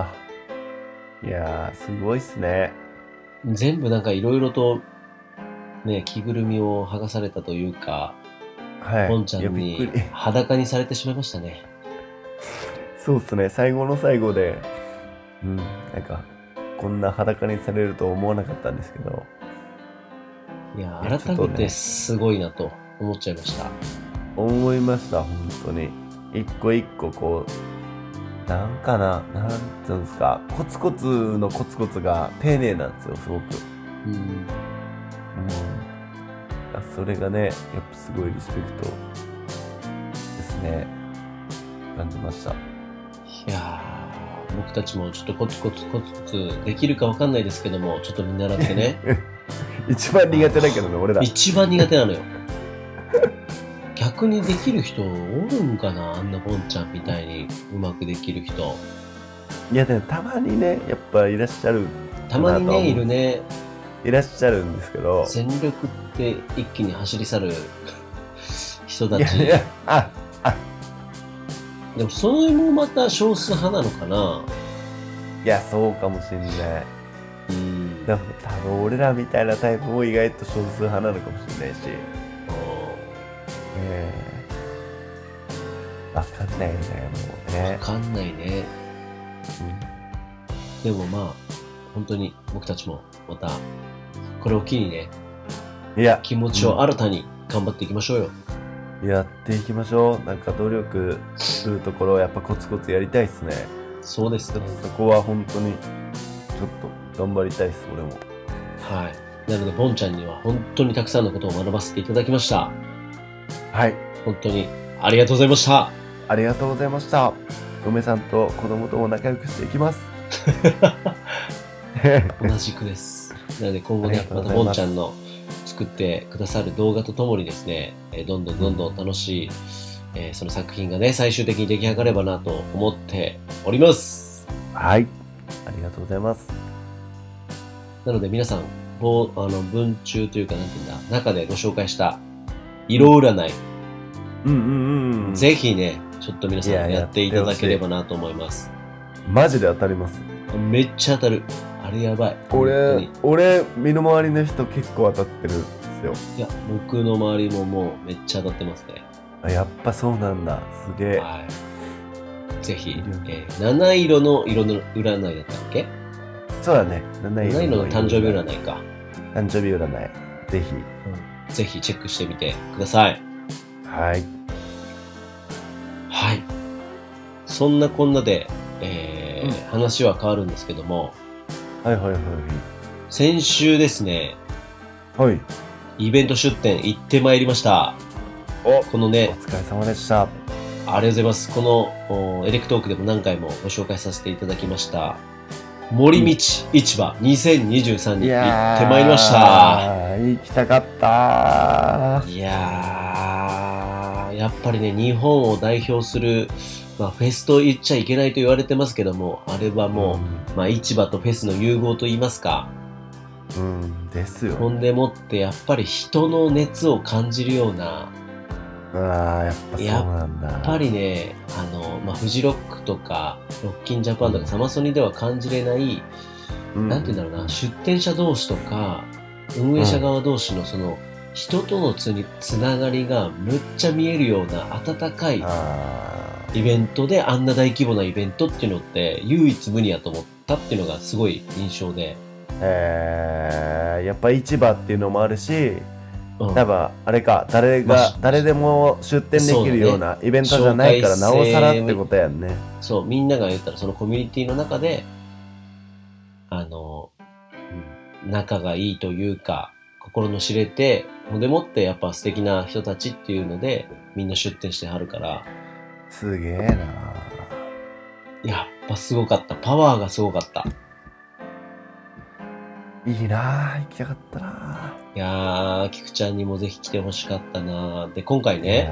いやー、すごいっすね。 全部なんかいろいろと、ね、着ぐるみを剥がされたというか、ボンちゃんに裸にされてしまいましたね。 そうっすね、最後の最後で、なんか、こんな裸にされると思わなかったんですけど。 いや、改めてすごいなと思っちゃいました。 思いました、本当に。一個一個こう、なんていうんですか、コツコツのコツコツが丁寧なんですよ、すごく。 それがね、やっぱすごいリスペクトですね。感じました。いやー、僕たちもちょっとコツコツできるかわかんないですけども、ちょっと見習ってね。 一番苦手だけどね、俺ら。 一番苦手なのよ。逆にできる人おるんかな、あんなボンちゃんみたいにうまくできる人。 いやでもたまにね、やっぱいらっしゃる。 たまにね、いるね。 いらっしゃるんですけど。 全力って一気に走り去る人たち。でもそれもまた少数派なのかな。 いや、そうかもしんない。でも多分俺らみたいなタイプも意外と少数派なのかもしれないし。わかんないね、もうね。 わかんないね。でもまあ、本当に僕たちもまた、これを機にね、気持ちを新たに頑張っていきましょうよ。 やっていきましょう。なんか努力するところはやっぱコツコツやりたいっすね。 そうですね。 そこは本当に、ちょっと頑張りたいっす、俺も。 はい。なので、ボンちゃんには本当にたくさんのことを学ばせていただきました。 はい。 本当にありがとうございました。 ありがとうございました。嫁さんと子供とも仲良くしていきます。 同じくです。なので今後ね、またボンちゃんの作ってくださる動画とともにですね、どんどん楽しい、その作品がね、最終的に出来上がればなと思っております。 はい。ありがとうございます。 なので皆さん、文中というかなんていうんだ、中でご紹介した色占い。ぜひね、ちょっと皆さんやっていただければなと思います。 マジで当たります。 めっちゃ当たる。あれやばい。 俺、身の回りの人結構当たってるんですよ。 いや、僕の周りももうめっちゃ当たってますね。 やっぱそうなんだ。すげえ。 はい。ぜひ、七色の色の占いだったっけ？ そうだね。 七色の誕生日占いか。 誕生日占い。ぜひ。ぜひチェックしてみてください。 はい。 はい。そんなこんなで、話は変わるんですけども。 はい。 先週ですね。 はい。 イベント出店行ってまいりました。このね。 お疲れ様でした。 ありがとうございます。このエレクトークでも何回もご紹介させていただきました。森道市場2023に行ってまいりました。 行きたかった。 いやー、やっぱりね、日本を代表する、フェスと言っちゃいけないと言われてますけども、あれはもう、市場とフェスの融合と言いますか。 ですよ。 ほんでもって、やっぱり人の熱を感じるような、 やっぱそうなんだ。 やっぱりね、フジロックとか、ロッキンジャパンとかサマソニでは感じれない、なんて言うんだろうな、出店者同士とか、運営者側同士のその、人とのつながりがむっちゃ見えるような温かいイベントで、あんな大規模なイベントっていうのって唯一無二やと思ったっていうのがすごい印象で。 やっぱ市場っていうのもあるし、多分あれか、誰でも出店できるようなイベントじゃないから、なおさらってことやんね。 そう、みんなが言ったらそのコミュニティの中で、仲がいいというか、心の知れて、ほんでもってやっぱ素敵な人たちっていうので、みんな出店してはるから。 すげえな。 やっぱすごかった。パワーがすごかった。 いいなぁ、行きたかったなぁ。 いやー、菊ちゃんにもぜひ来てほしかったなぁ。で、今回ね、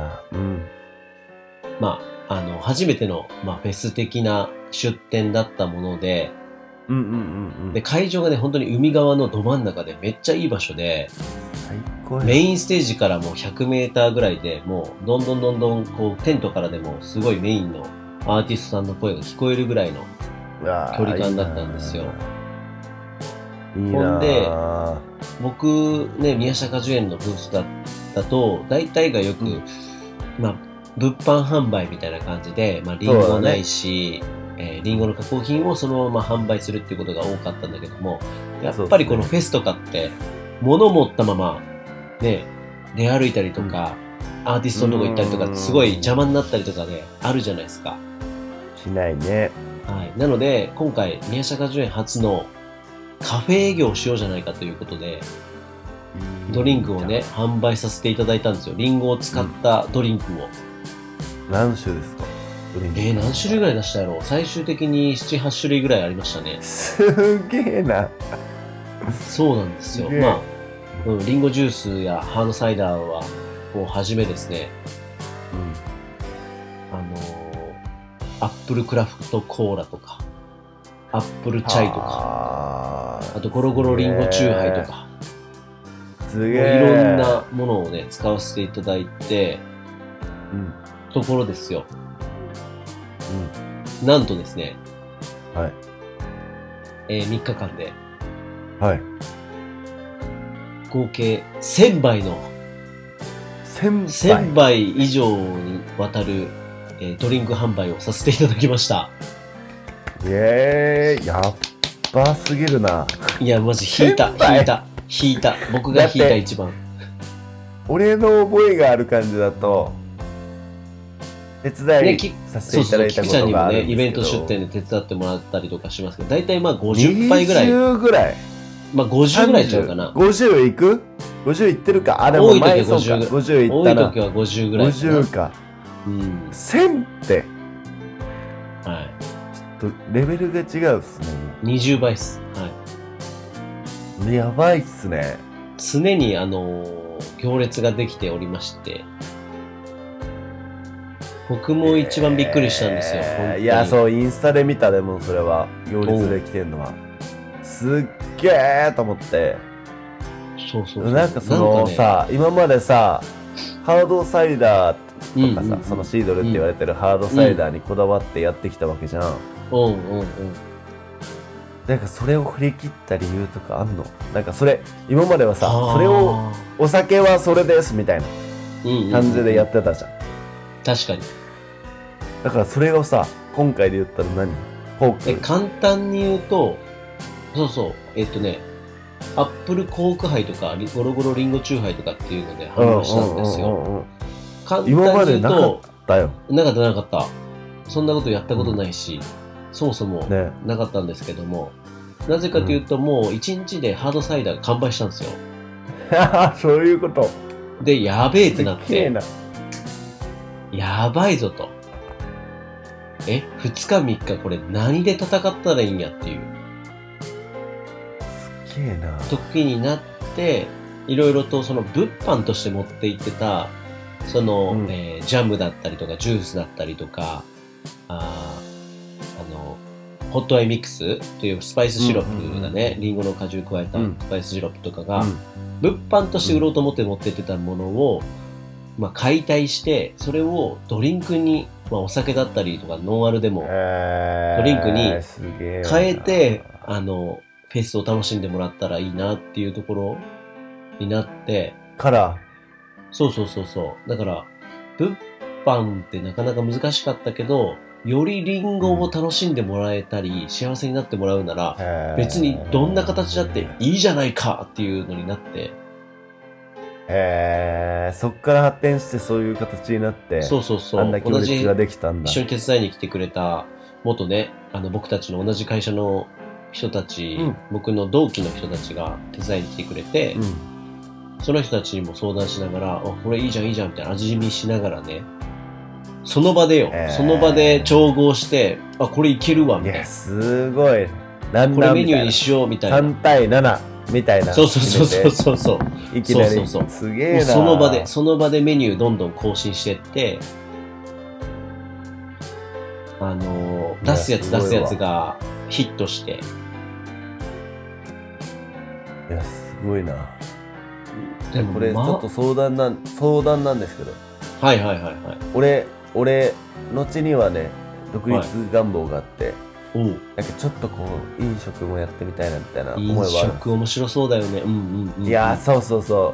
初めての、フェス的な出店だったもので、で、会場がね、本当に海側のど真ん中でめっちゃいい場所で、メインステージからもう100メーターぐらいで、もうどんどんこうテントからでもすごいメインのアーティストさんの声が聞こえるぐらいの距離感だったんですよ。ほんで、僕ね、宮下果樹園のブースだと、大体がよく、物販販売みたいな感じで、リンゴないし、リンゴの加工品をそのまま販売するっていうことが多かったんだけども、やっぱりこのフェスとかって、物持ったまま、ね、出歩いたりとか、アーティストのとこ行ったりとか、すごい邪魔になったりとかね、あるじゃないですか。 しないね。 はい。なので、今回、宮下果樹園初のカフェ営業をしようじゃないかということで、 ドリンクをね、販売させていただいたんですよ。リンゴを使ったドリンクを。 何種ですか？ 何種類ぐらい出したやろう。最終的に7、8種類ぐらいありましたね。 すげえな。 そうなんですよ。まあ、リンゴジュースやハードサイダーはをはじめですね、アップルクラフトコーラとか、アップルチャイとか、あとゴロゴロリンゴチューハイとか、 すげえ、いろんなものをね、使わせていただいて、ところですよ。なんとですね、 はい。 3日間で、 はい。 合計1000杯の、1000杯以上にわたる、ドリンク販売をさせていただきました。 やっばすぎるな。 いや、マジ引いた。僕が引いた一番。 俺の覚えがある感じだと、手伝いさせていただいたことがあるんですけど、 イベント出店で手伝ってもらったりとかしますけど、大体まあ50杯ぐらい。 20ぐらい。 まあ50ぐらいちゃうかな。 50いく ?50 いってるか。でも前そうか。50いったな。 多い時は50ぐらいかな。 50か。1000って。 はい。 ちょっとレベルが違うっすね。 20倍っす。はい。 やばいっすね。 常に行列ができておりまして、僕も一番びっくりしたんですよ。 いや、そう、インスタで見た。でもそれは行列で来てんのはすっげーと思って。そう。なんかそのさ、今までさ、ハードサイダーとかさ、そのシードルって言われてるハードサイダーにこだわってやってきたわけじゃん。なんかそれを振り切った理由とかあんの？なんかそれ、今まではさ、それを、お酒はそれですみたいな感じでやってたじゃん。 確かに。 だからそれをさ、今回で言ったら何？コーク？ 簡単に言うと、そう。アップルコークハイとか、ゴロゴロリンゴチューハイとかっていうので販売したんですよ。 今までなかったよ。 なかった。そんなことやったことないし、そもそもなかったんですけども、なぜかというと、もう1日でハードサイダーが完売したんですよ。 そういうこと。 で、やべえってなって、やばいぞと。2日3日これ何で戦ったらいいんやっていう。 すげえな。 時になって、いろいろとその物販として持って行ってた、その、ジャムだったりとか、ジュースだったりとか、ホットアイミックスというスパイスシロップだね、リンゴの果汁加えたスパイスシロップとかが、物販として売ろうと思って持ってってたものを、解体して、それをドリンクに、お酒だったりとかノンアルでも、ドリンクに変えて、フェスを楽しんでもらったらいいなっていうところになって、そう。だから、物販ってなかなか難しかったけど、よりリンゴを楽しんでもらえたり、幸せになってもらうなら、別にどんな形だっていいじゃないかっていうのになって、 そっから発展してそういう形になって、 そう。 あんな行列ができたんだ。 一緒に手伝いに来てくれた、元ね、僕たちの同じ会社の人たち、僕の同期の人たちが手伝いに来てくれて、その人たちにも相談しながら、これいいじゃんみたいな味見しながらね、その場で調合して、これいけるわ、みたいな。 いや、すごい。これメニューにしよう、みたいな。 3対7みたいな。 そう。 いきなり。すげえな。 その場でメニューどんどん更新してって、出すやつがヒットして。 いや、すごいな。でもこれちょっと相談なんですけど。 はい。 俺、後にはね、独立願望があって、なんかちょっとこう、飲食もやってみたいなみたいな思いはある。 飲食面白そうだよね。 いや、そう。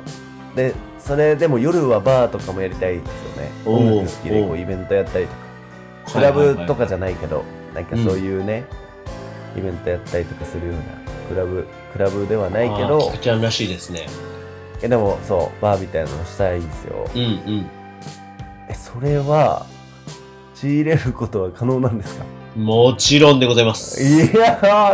で、それでも夜はバーとかもやりたいですよね。音楽好きでこうイベントやったりとか。クラブとかじゃないけど、なんかそういうね、イベントやったりとかするような、クラブではないけど。 菊ちゃんらしいですね。 でも、そう、バーみたいなのしたいんですよ。それは仕入れることは可能なんですか？ もちろんでございます。 いやー、やっ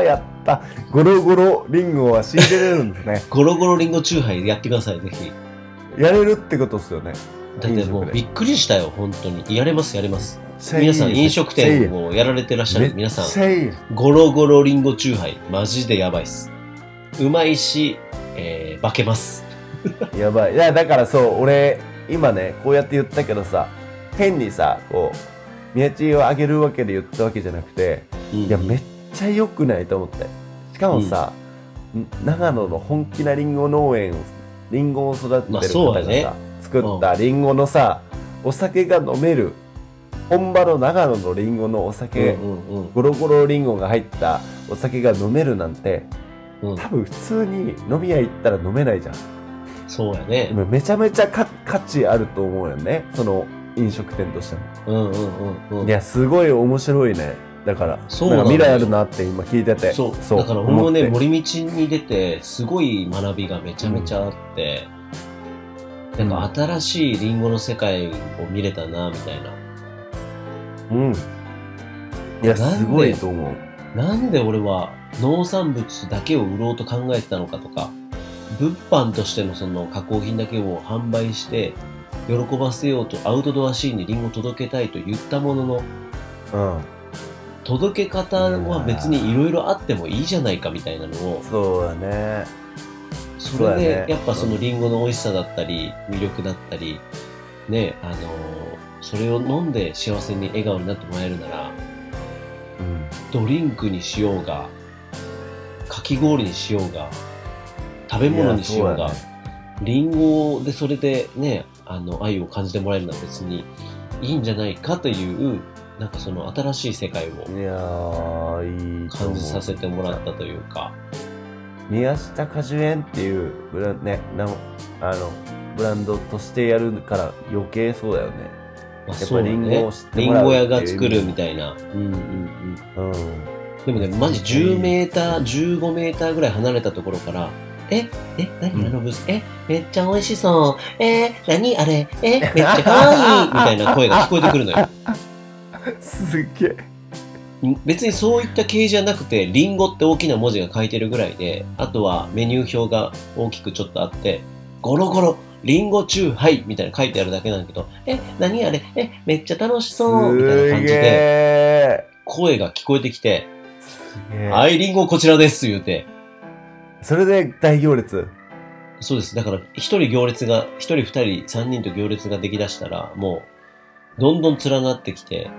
たゴロゴロリンゴは仕入れれるんですね。 ゴロゴロリンゴチューハイやってください、ぜひ。 やれるってことですよね。 だってもうびっくりしたよ、本当に。やれます。皆さん飲食店をやられてらっしゃる皆さん、ゴロゴロリンゴチューハイ、マジでやばいっす。うまいし、化けます。 やばい。いや、だからそう、俺、今ね、こうやって言ったけどさ、変にさ、こう、宮地をあげるわけで言ったわけじゃなくて、いや、めっちゃ良くないと思って。しかもさ、長野の本気なリンゴ農園、リンゴを育ててる方がさ、作ったリンゴのさ、お酒が飲める、本場の長野のリンゴのお酒、ゴロゴロリンゴが入ったお酒が飲めるなんて、多分普通に飲み屋行ったら飲めないじゃん。 そうやね。 めちゃめちゃ価値あると思うよね、その飲食店としても。いや、すごい面白いね。だから未来あるなって今聞いてて。 そうだから俺もね、森道に出てすごい学びがめちゃめちゃあって、なんか新しいリンゴの世界を見れたなみたいな。 いや、すごいと思う。 なんで俺は農産物だけを売ろうと考えてたのかとか、物販としてのその加工品だけを販売して喜ばせようとアウトドアシーンにリンゴを届けたいと言ったものの、届け方は別にいろいろあってもいいじゃないかみたいなのを。 そうだね。 それでやっぱそのリンゴの美味しさだったり魅力だったりね、それを飲んで幸せに笑顔になってもらえるなら、ドリンクにしようがかき氷にしようが食べ物にしようが、リンゴでそれでね、愛を感じてもらえるのは別にいいんじゃないかという、なんかその新しい世界を感じさせてもらったというか。 宮下果樹園っていうブランドとしてやるから余計そうだよね。 やっぱりリンゴを知ってもらう。リンゴ屋が作るみたいな。でもね、マジ10メーター、15メーターぐらい離れたところから、何あのブース、めっちゃ美味しそう。何あれ、めっちゃ可愛いみたいな声が聞こえてくるのよ。 すっげえ。 別にそういった系じゃなくて、リンゴって大きな文字が書いてるぐらいで、あとはメニュー表が大きくちょっとあって、ゴロゴロ、リンゴチューハイみたいな書いてあるだけなんだけど、何あれ、めっちゃ楽しそうみたいな感じで、声が聞こえてきて、はい、リンゴこちらです言うて。 それで大行列。 そうです。だから一人二人、三人と行列ができだしたら、もう、どんどん連なってきて、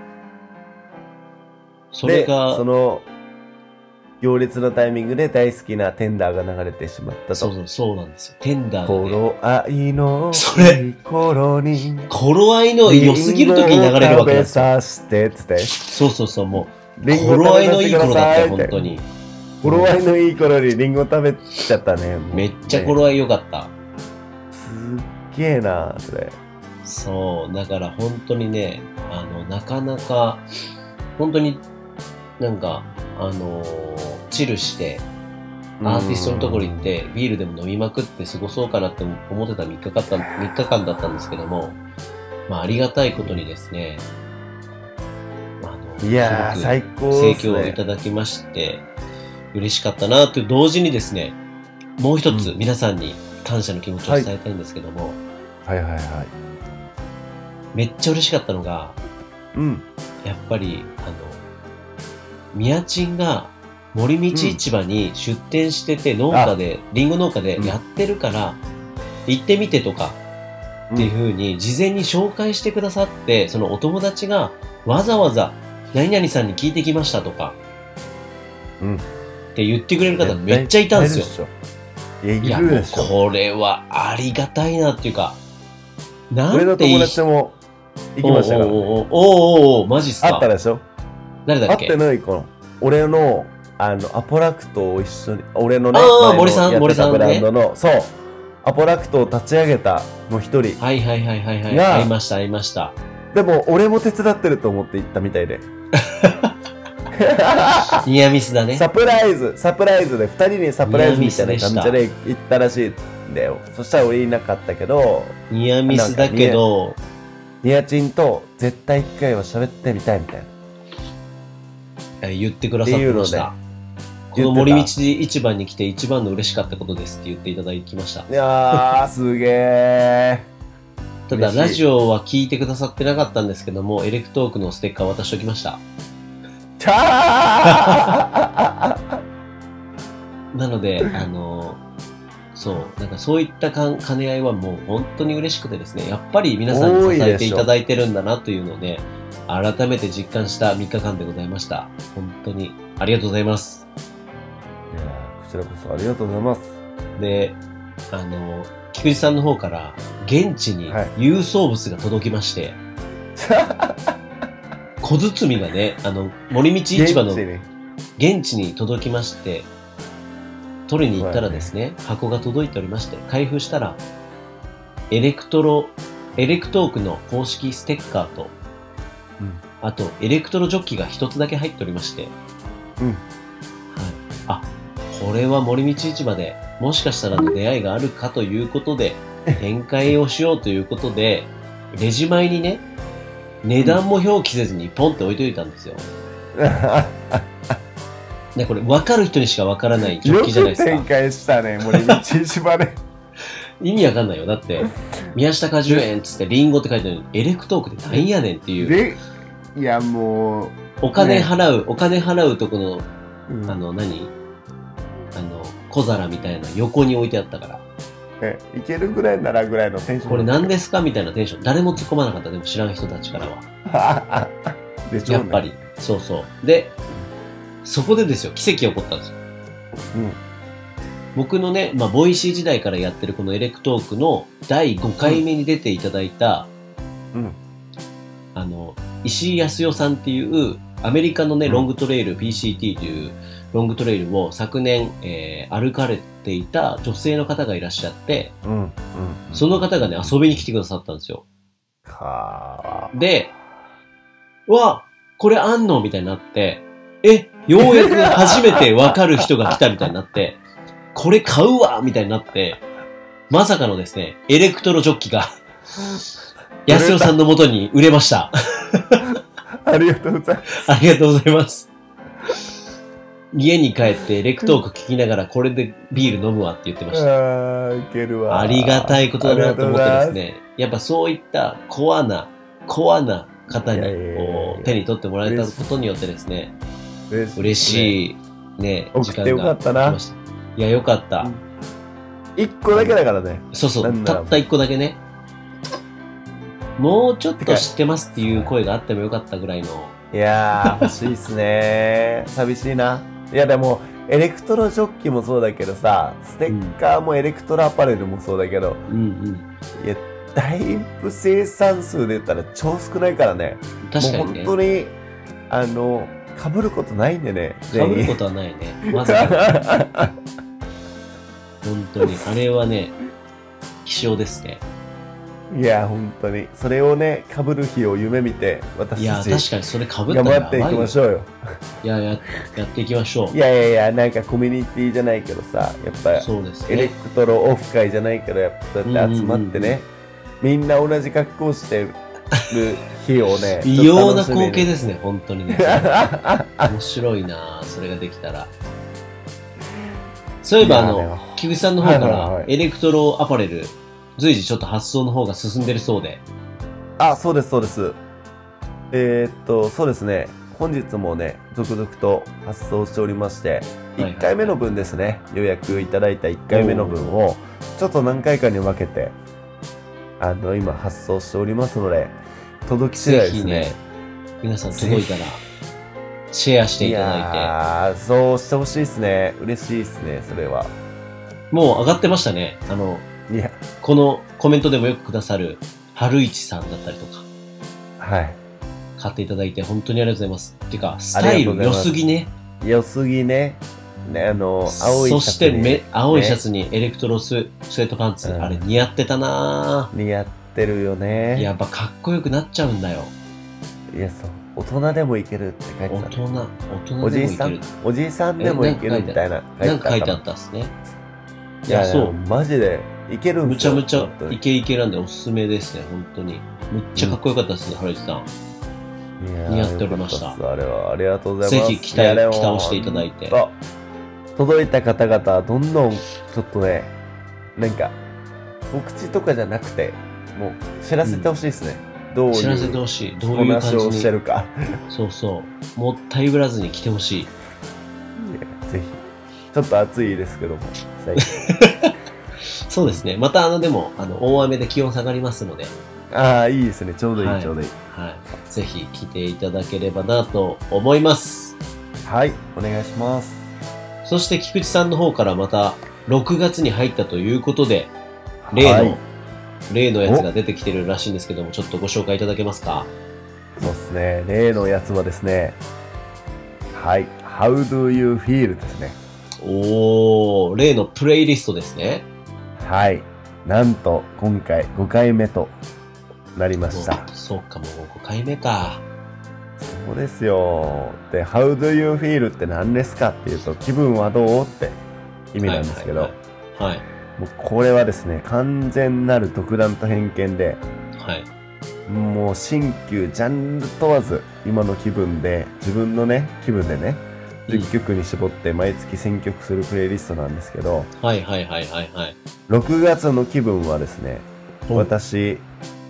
それが、 その、行列のタイミングで大好きなテンダーが流れてしまったと。 そうなんですよ。テンダーが、ね。頃合いのいい頃に。 頃合いの良すぎる時に流れるわけですよ。 食べさせてって。 そう、もう、頃合いのいい頃だったよ、本当に。 頃合いのいい頃にリンゴ食べちゃったね。 めっちゃ頃合い良かった。 すっげえな、それ。 そう、だから本当にね、なかなか、本当になんか、チルして、アーティストのところに行って、ビールでも飲みまくって過ごそうかなって思ってた3日間だったんですけども、ありがたいことにですね、 いやー、最高ですね。盛況をいただきまして、嬉しかったなと同時にですね、もう一つ皆さんに感謝の気持ちを伝えたいんですけども、めっちゃ嬉しかったのが、やっぱり、宮地が森道市場に出店してて、リンゴ農家でやってるから、行ってみてとか、っていう風に事前に紹介してくださって、そのお友達がわざわざ何々さんに聞いてきましたとか、って言ってくれる方めっちゃいたんですよ。いや、もうこれはありがたいなっていうか、 俺の友達も行きましたから。 マジっすか。 あったでしょ。 誰だっけ。 会ってないかな。俺のアポラクトを一緒に、俺のね、 森さんね、 ブランドの、そう、アポラクトを立ち上げたの一人。 はい。会いました。 でも俺も手伝ってると思って行ったみたいで。 ニアミスだね。 サプライズで2人にサプライズみたいな感じで行ったらしいんだよ。そしたら俺いなかったけど、 ニアミスだけど、 ニアチンと絶対一回は喋ってみたいみたいな。 言ってくださってました。 この森道市場に来て一番の嬉しかったことですって言っていただきました。 いやー、すげー。 ただ、ラジオは聞いてくださってなかったんですけども、エレクトークのステッカー渡しておきました。なので、そう、なんかそういった兼ね合いはもう本当に嬉しくてですね、やっぱり皆さんに支えていただいてるんだなというので、改めて実感した3日間でございました。本当にありがとうございます。 いやこちらこそありがとうございます。 で、菊池さんの方から現地に郵送物が届きまして、小包がね、森道市場の現地に届きまして、取りに行ったらですね、箱が届いておりまして、開封したら、エレクトークの公式ステッカーと、あと、エレクトロジョッキが一つだけ入っておりまして、はい。これは森道市場で、もしかしたらの出会いがあるかということで、展開をしようということで、レジ前にね、値段も表記せずにポンって置いといたんですよ。ね、これ分かる人にしか分からないジョッキじゃないですか。 よく展開したね、森道市場で。 意味わかんないよ。だって、宮下果樹園っつってリンゴって書いてあるのに、エレクトークってなんやねんっていう。 いや、もう。 お金払うとこの、小皿みたいな横に置いてあったから。 いけるぐらいならぐらいのテンション。 これ何ですかみたいなテンション。誰も突っ込まなかった。でも知らん人たちからは。 でしょうね、 やっぱり。そうそう。で、そこでですよ、奇跡起こったんですよ。僕のね、ボイシー時代からやってるこのエレクトークの第5回目に出ていただいた、石井康代さんっていうアメリカのね、ロングトレイル PCT というロングトレイルを昨年、歩かれていた女性の方がいらっしゃって、その方がね、遊びに来てくださったんですよ。で、これあんのみたいになって、ようやく初めて分かる人が来たみたいになって、これ買うわみたいになって、まさかのですね、エレクトロジョッキが、安代さんの元に売れました。 ありがとうございます。 ありがとうございます。家に帰ってエレクトーク聞きながらこれでビール飲むわって言ってました。 いけるわ。 ありがたいことだなと思ってですね、やっぱそういったコアな方に手に取ってもらえたことによってですね、嬉しいね、 時間が来ました。 いや、よかった。 1個だけだからね。 そうそう、たった1個だけね。もうちょっと知ってますっていう声があってもよかったぐらいの。 いやー、欲しいっすね。寂しいな。いや、でも、エレクトロジョッキもそうだけどさ、ステッカーもエレクトロアパレルもそうだけど、いや、だいぶ生産数で言ったら超少ないからね。 確かにね。 もう本当に、被ることないんでね。 被ることはないね。まず本当に。あれはね、希少ですね。 いや、本当に。それをね、被る日を夢見て、私たち。 いや、確かにそれ被ったら頑張っていきましょうよ。 いや、やっていきましょう。 いや、なんかコミュニティじゃないけどさ、やっぱ、 そうですね、 エレクトロオフ会じゃないけど、やっぱそうやって集まってね、みんな同じ格好してる日をね、 異様な光景ですね、本当にね。面白いなそれができたら。そういえば、菊池さんの方から、エレクトロアパレル、随時ちょっと発送の方が進んでるそうで。 そうです。そうですね。本日もね、続々と発送しておりまして、1回目の分ですね、予約いただいた1回目の分を、ちょっと何回かに分けて、今発送しておりますので、届き次第ですね。ぜひね、 皆さん届いたら、シェアしていただいて。 そうしてほしいですね。嬉しいですね、それは。 もう上がってましたね。このコメントでもよくくださる、春市さんだったりとか。 はい。 買っていただいて本当にありがとうございます。っていうか、スタイル良すぎね。 良すぎね。青いシャツに。 そして青いシャツにエレクトロスウェットパンツ。あれ似合ってたな似合ってるよね。 やっぱかっこよくなっちゃうんだよ。 いや、そう。大人でもいけるって書いてある。 大人でもいける。 おじいさんでもいけるみたいな。 なんか書いてあったっすね。 いや、そう。マジでいけるんですよ。 むちゃむちゃイケイケなんでおすすめですね、本当に。めっちゃかっこよかったですね、春市さん。似合っておりました。 あれはありがとうございます。 ぜひ期待をしていただいて。 届いた方々はどんどんちょっとね、なんか告知とかじゃなくてもう知らせてほしいですね、どういう知らせてほしい、どういう感じに話をしてるかそうそう、もったいぶらずに来てほしい。 ぜひ。ちょっと暑いですけども最近そうですね、またでも大雨で気温下がりますので、 ああいいですね、ちょうどいい、 はい、 ちょうどいい、 はい、ぜひ来ていただければなと思います。 はい、お願いします。 そして菊池さんの方からまた6月に入ったということで、例のやつが出てきてるらしいんですけども、ちょっとご紹介いただけますか？ そうですね、例のやつはですね、はい、How do you feel ですね。 おー、例のプレイリストですね。 はい、なんと今回5回目となりました。 そうか、もう5回目か。 そうですよ。で、How do you feel って何ですかっていうと、気分はどうって意味なんですけど、はい、 はい、 もうこれはですね、完全なる独断と偏見で、 はい、 もう新旧ジャンル問わず今の気分で自分のね気分でね10曲に絞って毎月選曲するプレイリストなんですけど、 はいはいはいはいはい。 6月の気分はですね、私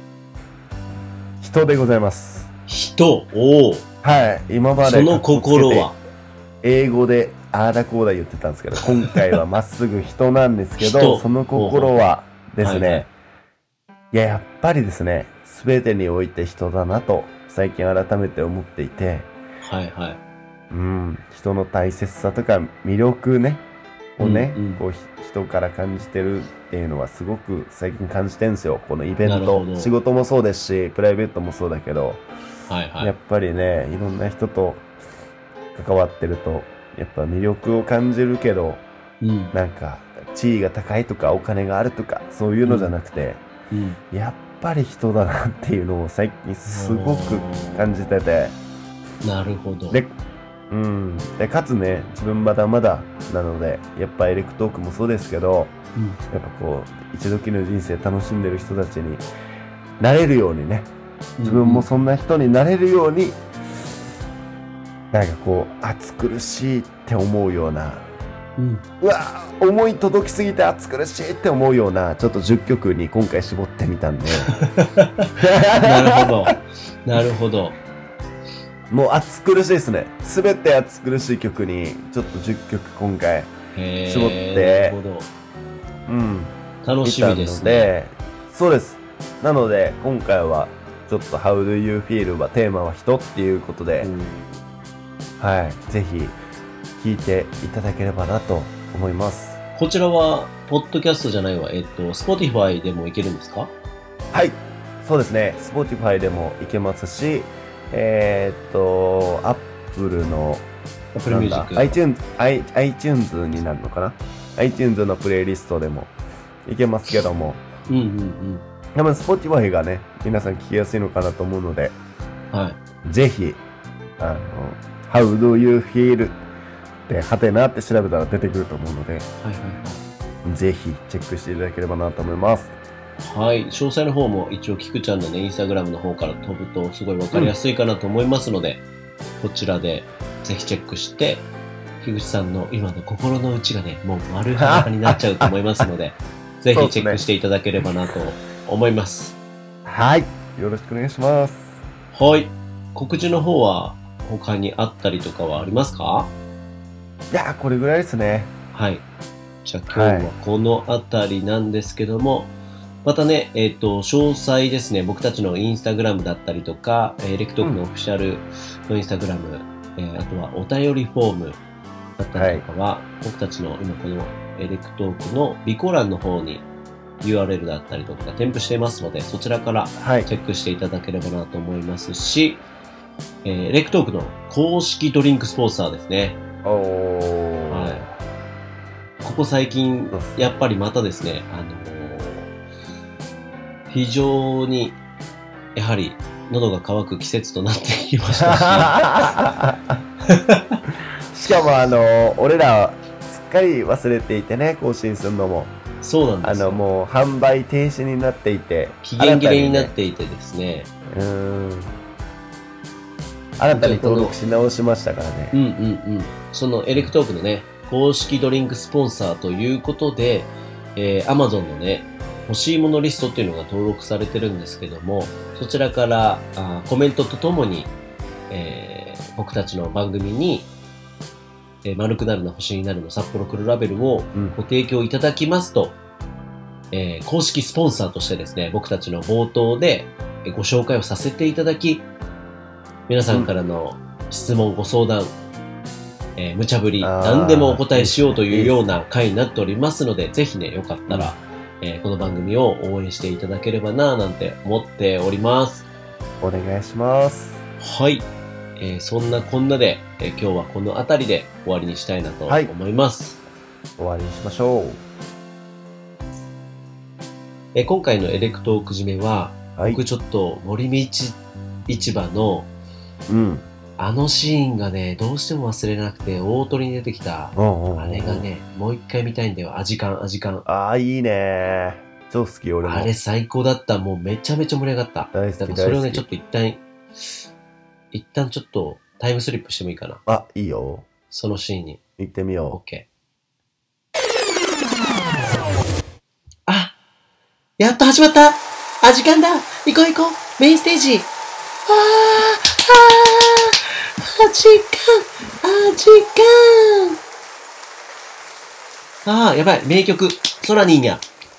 人でございます。 人、おお。 はい、今までその心は英語であーだこーだ言ってたんですけど、今回はまっすぐ人なんですけどその心はですね、はいはい、いや、やっぱりですね、全てにおいて人だなと最近改めて思っていて、 はいはい、 人の大切さとか魅力ねをね、こう人から感じてるっていうのはすごく最近感じてるんですよ。このイベント、仕事もそうですしプライベートもそうだけど、はいはい、やっぱりね、いろんな人と関わってるとやっぱ魅力を感じるけど、なんか地位が高いとかお金があるとかそういうのじゃなくて、やっぱり人だなっていうのを最近すごく感じてて。 なるほど。 で、かつね、自分まだまだなので、やっぱエレクトークもそうですけど、やっぱこう一度きりの人生楽しんでる人たちになれるようにね、自分もそんな人になれるように、なんかこう暑苦しいって思うような、うわ思い届きすぎて暑苦しいって思うようなちょっと10曲に今回絞ってみたんでなるほどなるほど。 もう暑苦しいですね。すべて暑苦しい曲にちょっと10曲今回絞って楽しみですね。 そうです。なので今回はちょっと How do you feel はテーマは人っていうことで、はい、ぜひ聞いていただければなと思います。 こちらはポッドキャストじゃないわ、Spotify でもいけるんですか？ はい、そうですね。Spotify でもいけますし、Apple の Apple Music、 iTunes になるのかな？ iTunes のプレイリストでもいけますけども、多分 Spotify がね、皆さん聞きやすいのかなと思うので、 はい、 ぜひHow do you feel でハテナって調べたら出てくると思うので、ぜひチェックしていただければなと思います。 はい、詳細の方も一応キクちゃんのねインスタグラムの方から飛ぶとすごい分かりやすいかなと思いますので、こちらでぜひチェックして樋口さんの今の心の内がねもう丸裸になっちゃうと思いますのでぜひチェックしていただければなと思います。 はい、よろしくお願いします。 はい、告知の方は他にあったりとかはありますか？ いや、これぐらいですね。 はい。じゃあ今日はこのあたりなんですけども、またね、詳細ですね、僕たちのインスタグラムだったりとか、エレクトークのオフィシャルのインスタグラム、あとはお便りフォームだったりとかは、僕たちの今このエレクトークの備考欄の方に URL だったりとか添付していますので、そちらからチェックしていただければなと思いますし、エレクトークの公式ドリンクスポンサーですね。はい、ここ最近やっぱりまたですね、非常にやはり喉が渇く季節となってきましたししかも俺らすっかり忘れていてね、更新するのもそうなんですよ。 もう販売停止になっていて、 期限切れになっていてですね、 新たに登録し直しましたからね。 そのエレクトークのね、 公式ドリンクスポンサーということで、Amazon のね、欲しいものリストっていうのが登録されてるんですけども、そちらからコメントとともに、僕たちの番組に、丸くなるの星になるの札幌黒ラベルをご提供いただきますと、公式スポンサーとしてですね、僕たちの冒頭でご紹介をさせていただき、皆さんからの質問、ご相談、無茶ぶり、何でもお答えしようというような回になっておりますので、ぜひね、よかったら、この番組を応援していただければなぁなんて思っております。 お願いします。 はい。そんなこんなで、今日はこの辺りで終わりにしたいなと思います。 はい、終わりにしましょう。今回のエレクトーク締めは、僕ちょっと森道市場の、あのシーンがね、どうしても忘れなくて、大鳥に出てきた、あれがね、もう一回見たいんだよ。アジカン。 ああ、いいね。超好き、俺も。 あれ最高だった。もうめちゃめちゃ盛り上がった。 大好き。だからそれをね、ちょっと一旦ちょっとタイムスリップしてもいいかな。 あ、いいよ。 そのシーンに。 行ってみよう。OK。あ、やっと始まったアジカンだ行こうメインステージアジカンやばい、名曲、ソラニーニャ。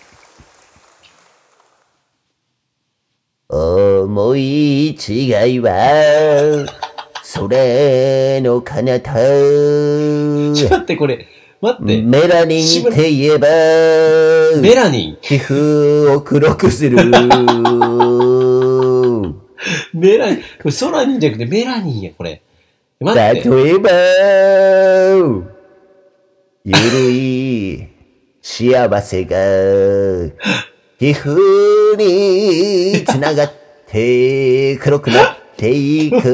思い違いは、それの彼方。 ちょっと待って、これ。待って。 メラニンって言えば、 メラニン皮膚を黒くする。 メラニン。これソラニンじゃなくてメラニンや、これ。待って。 例えば、ゆるい幸せが、皮膚につながって黒くなっていく。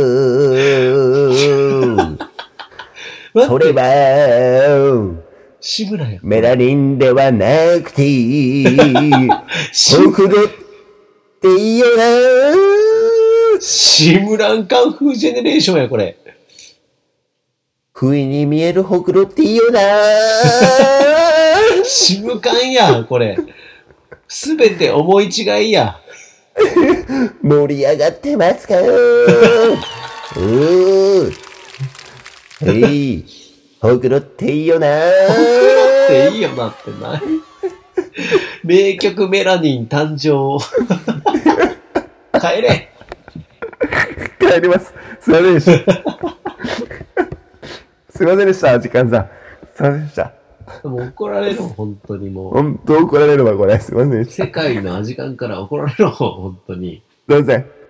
それは、 志村や。 メラニンではなくて、ほくろっていいよな。 シムランカンフージェネレーションや、これ。 不意に見えるほくろっていいよな。 シムカンや、これ。すべて思い違いや。 盛り上がってますかほくろっていいよな。ほくろっていいよなってない。名曲メラニン誕生。帰れ。 帰ります。すいませんでした。すいませんでした、時間さん。すいませんでした。 もう怒られる本当にもう。 本当怒られるわ、これ。すいませんでした。 世界のアジカンから怒られる本当に。 すいません。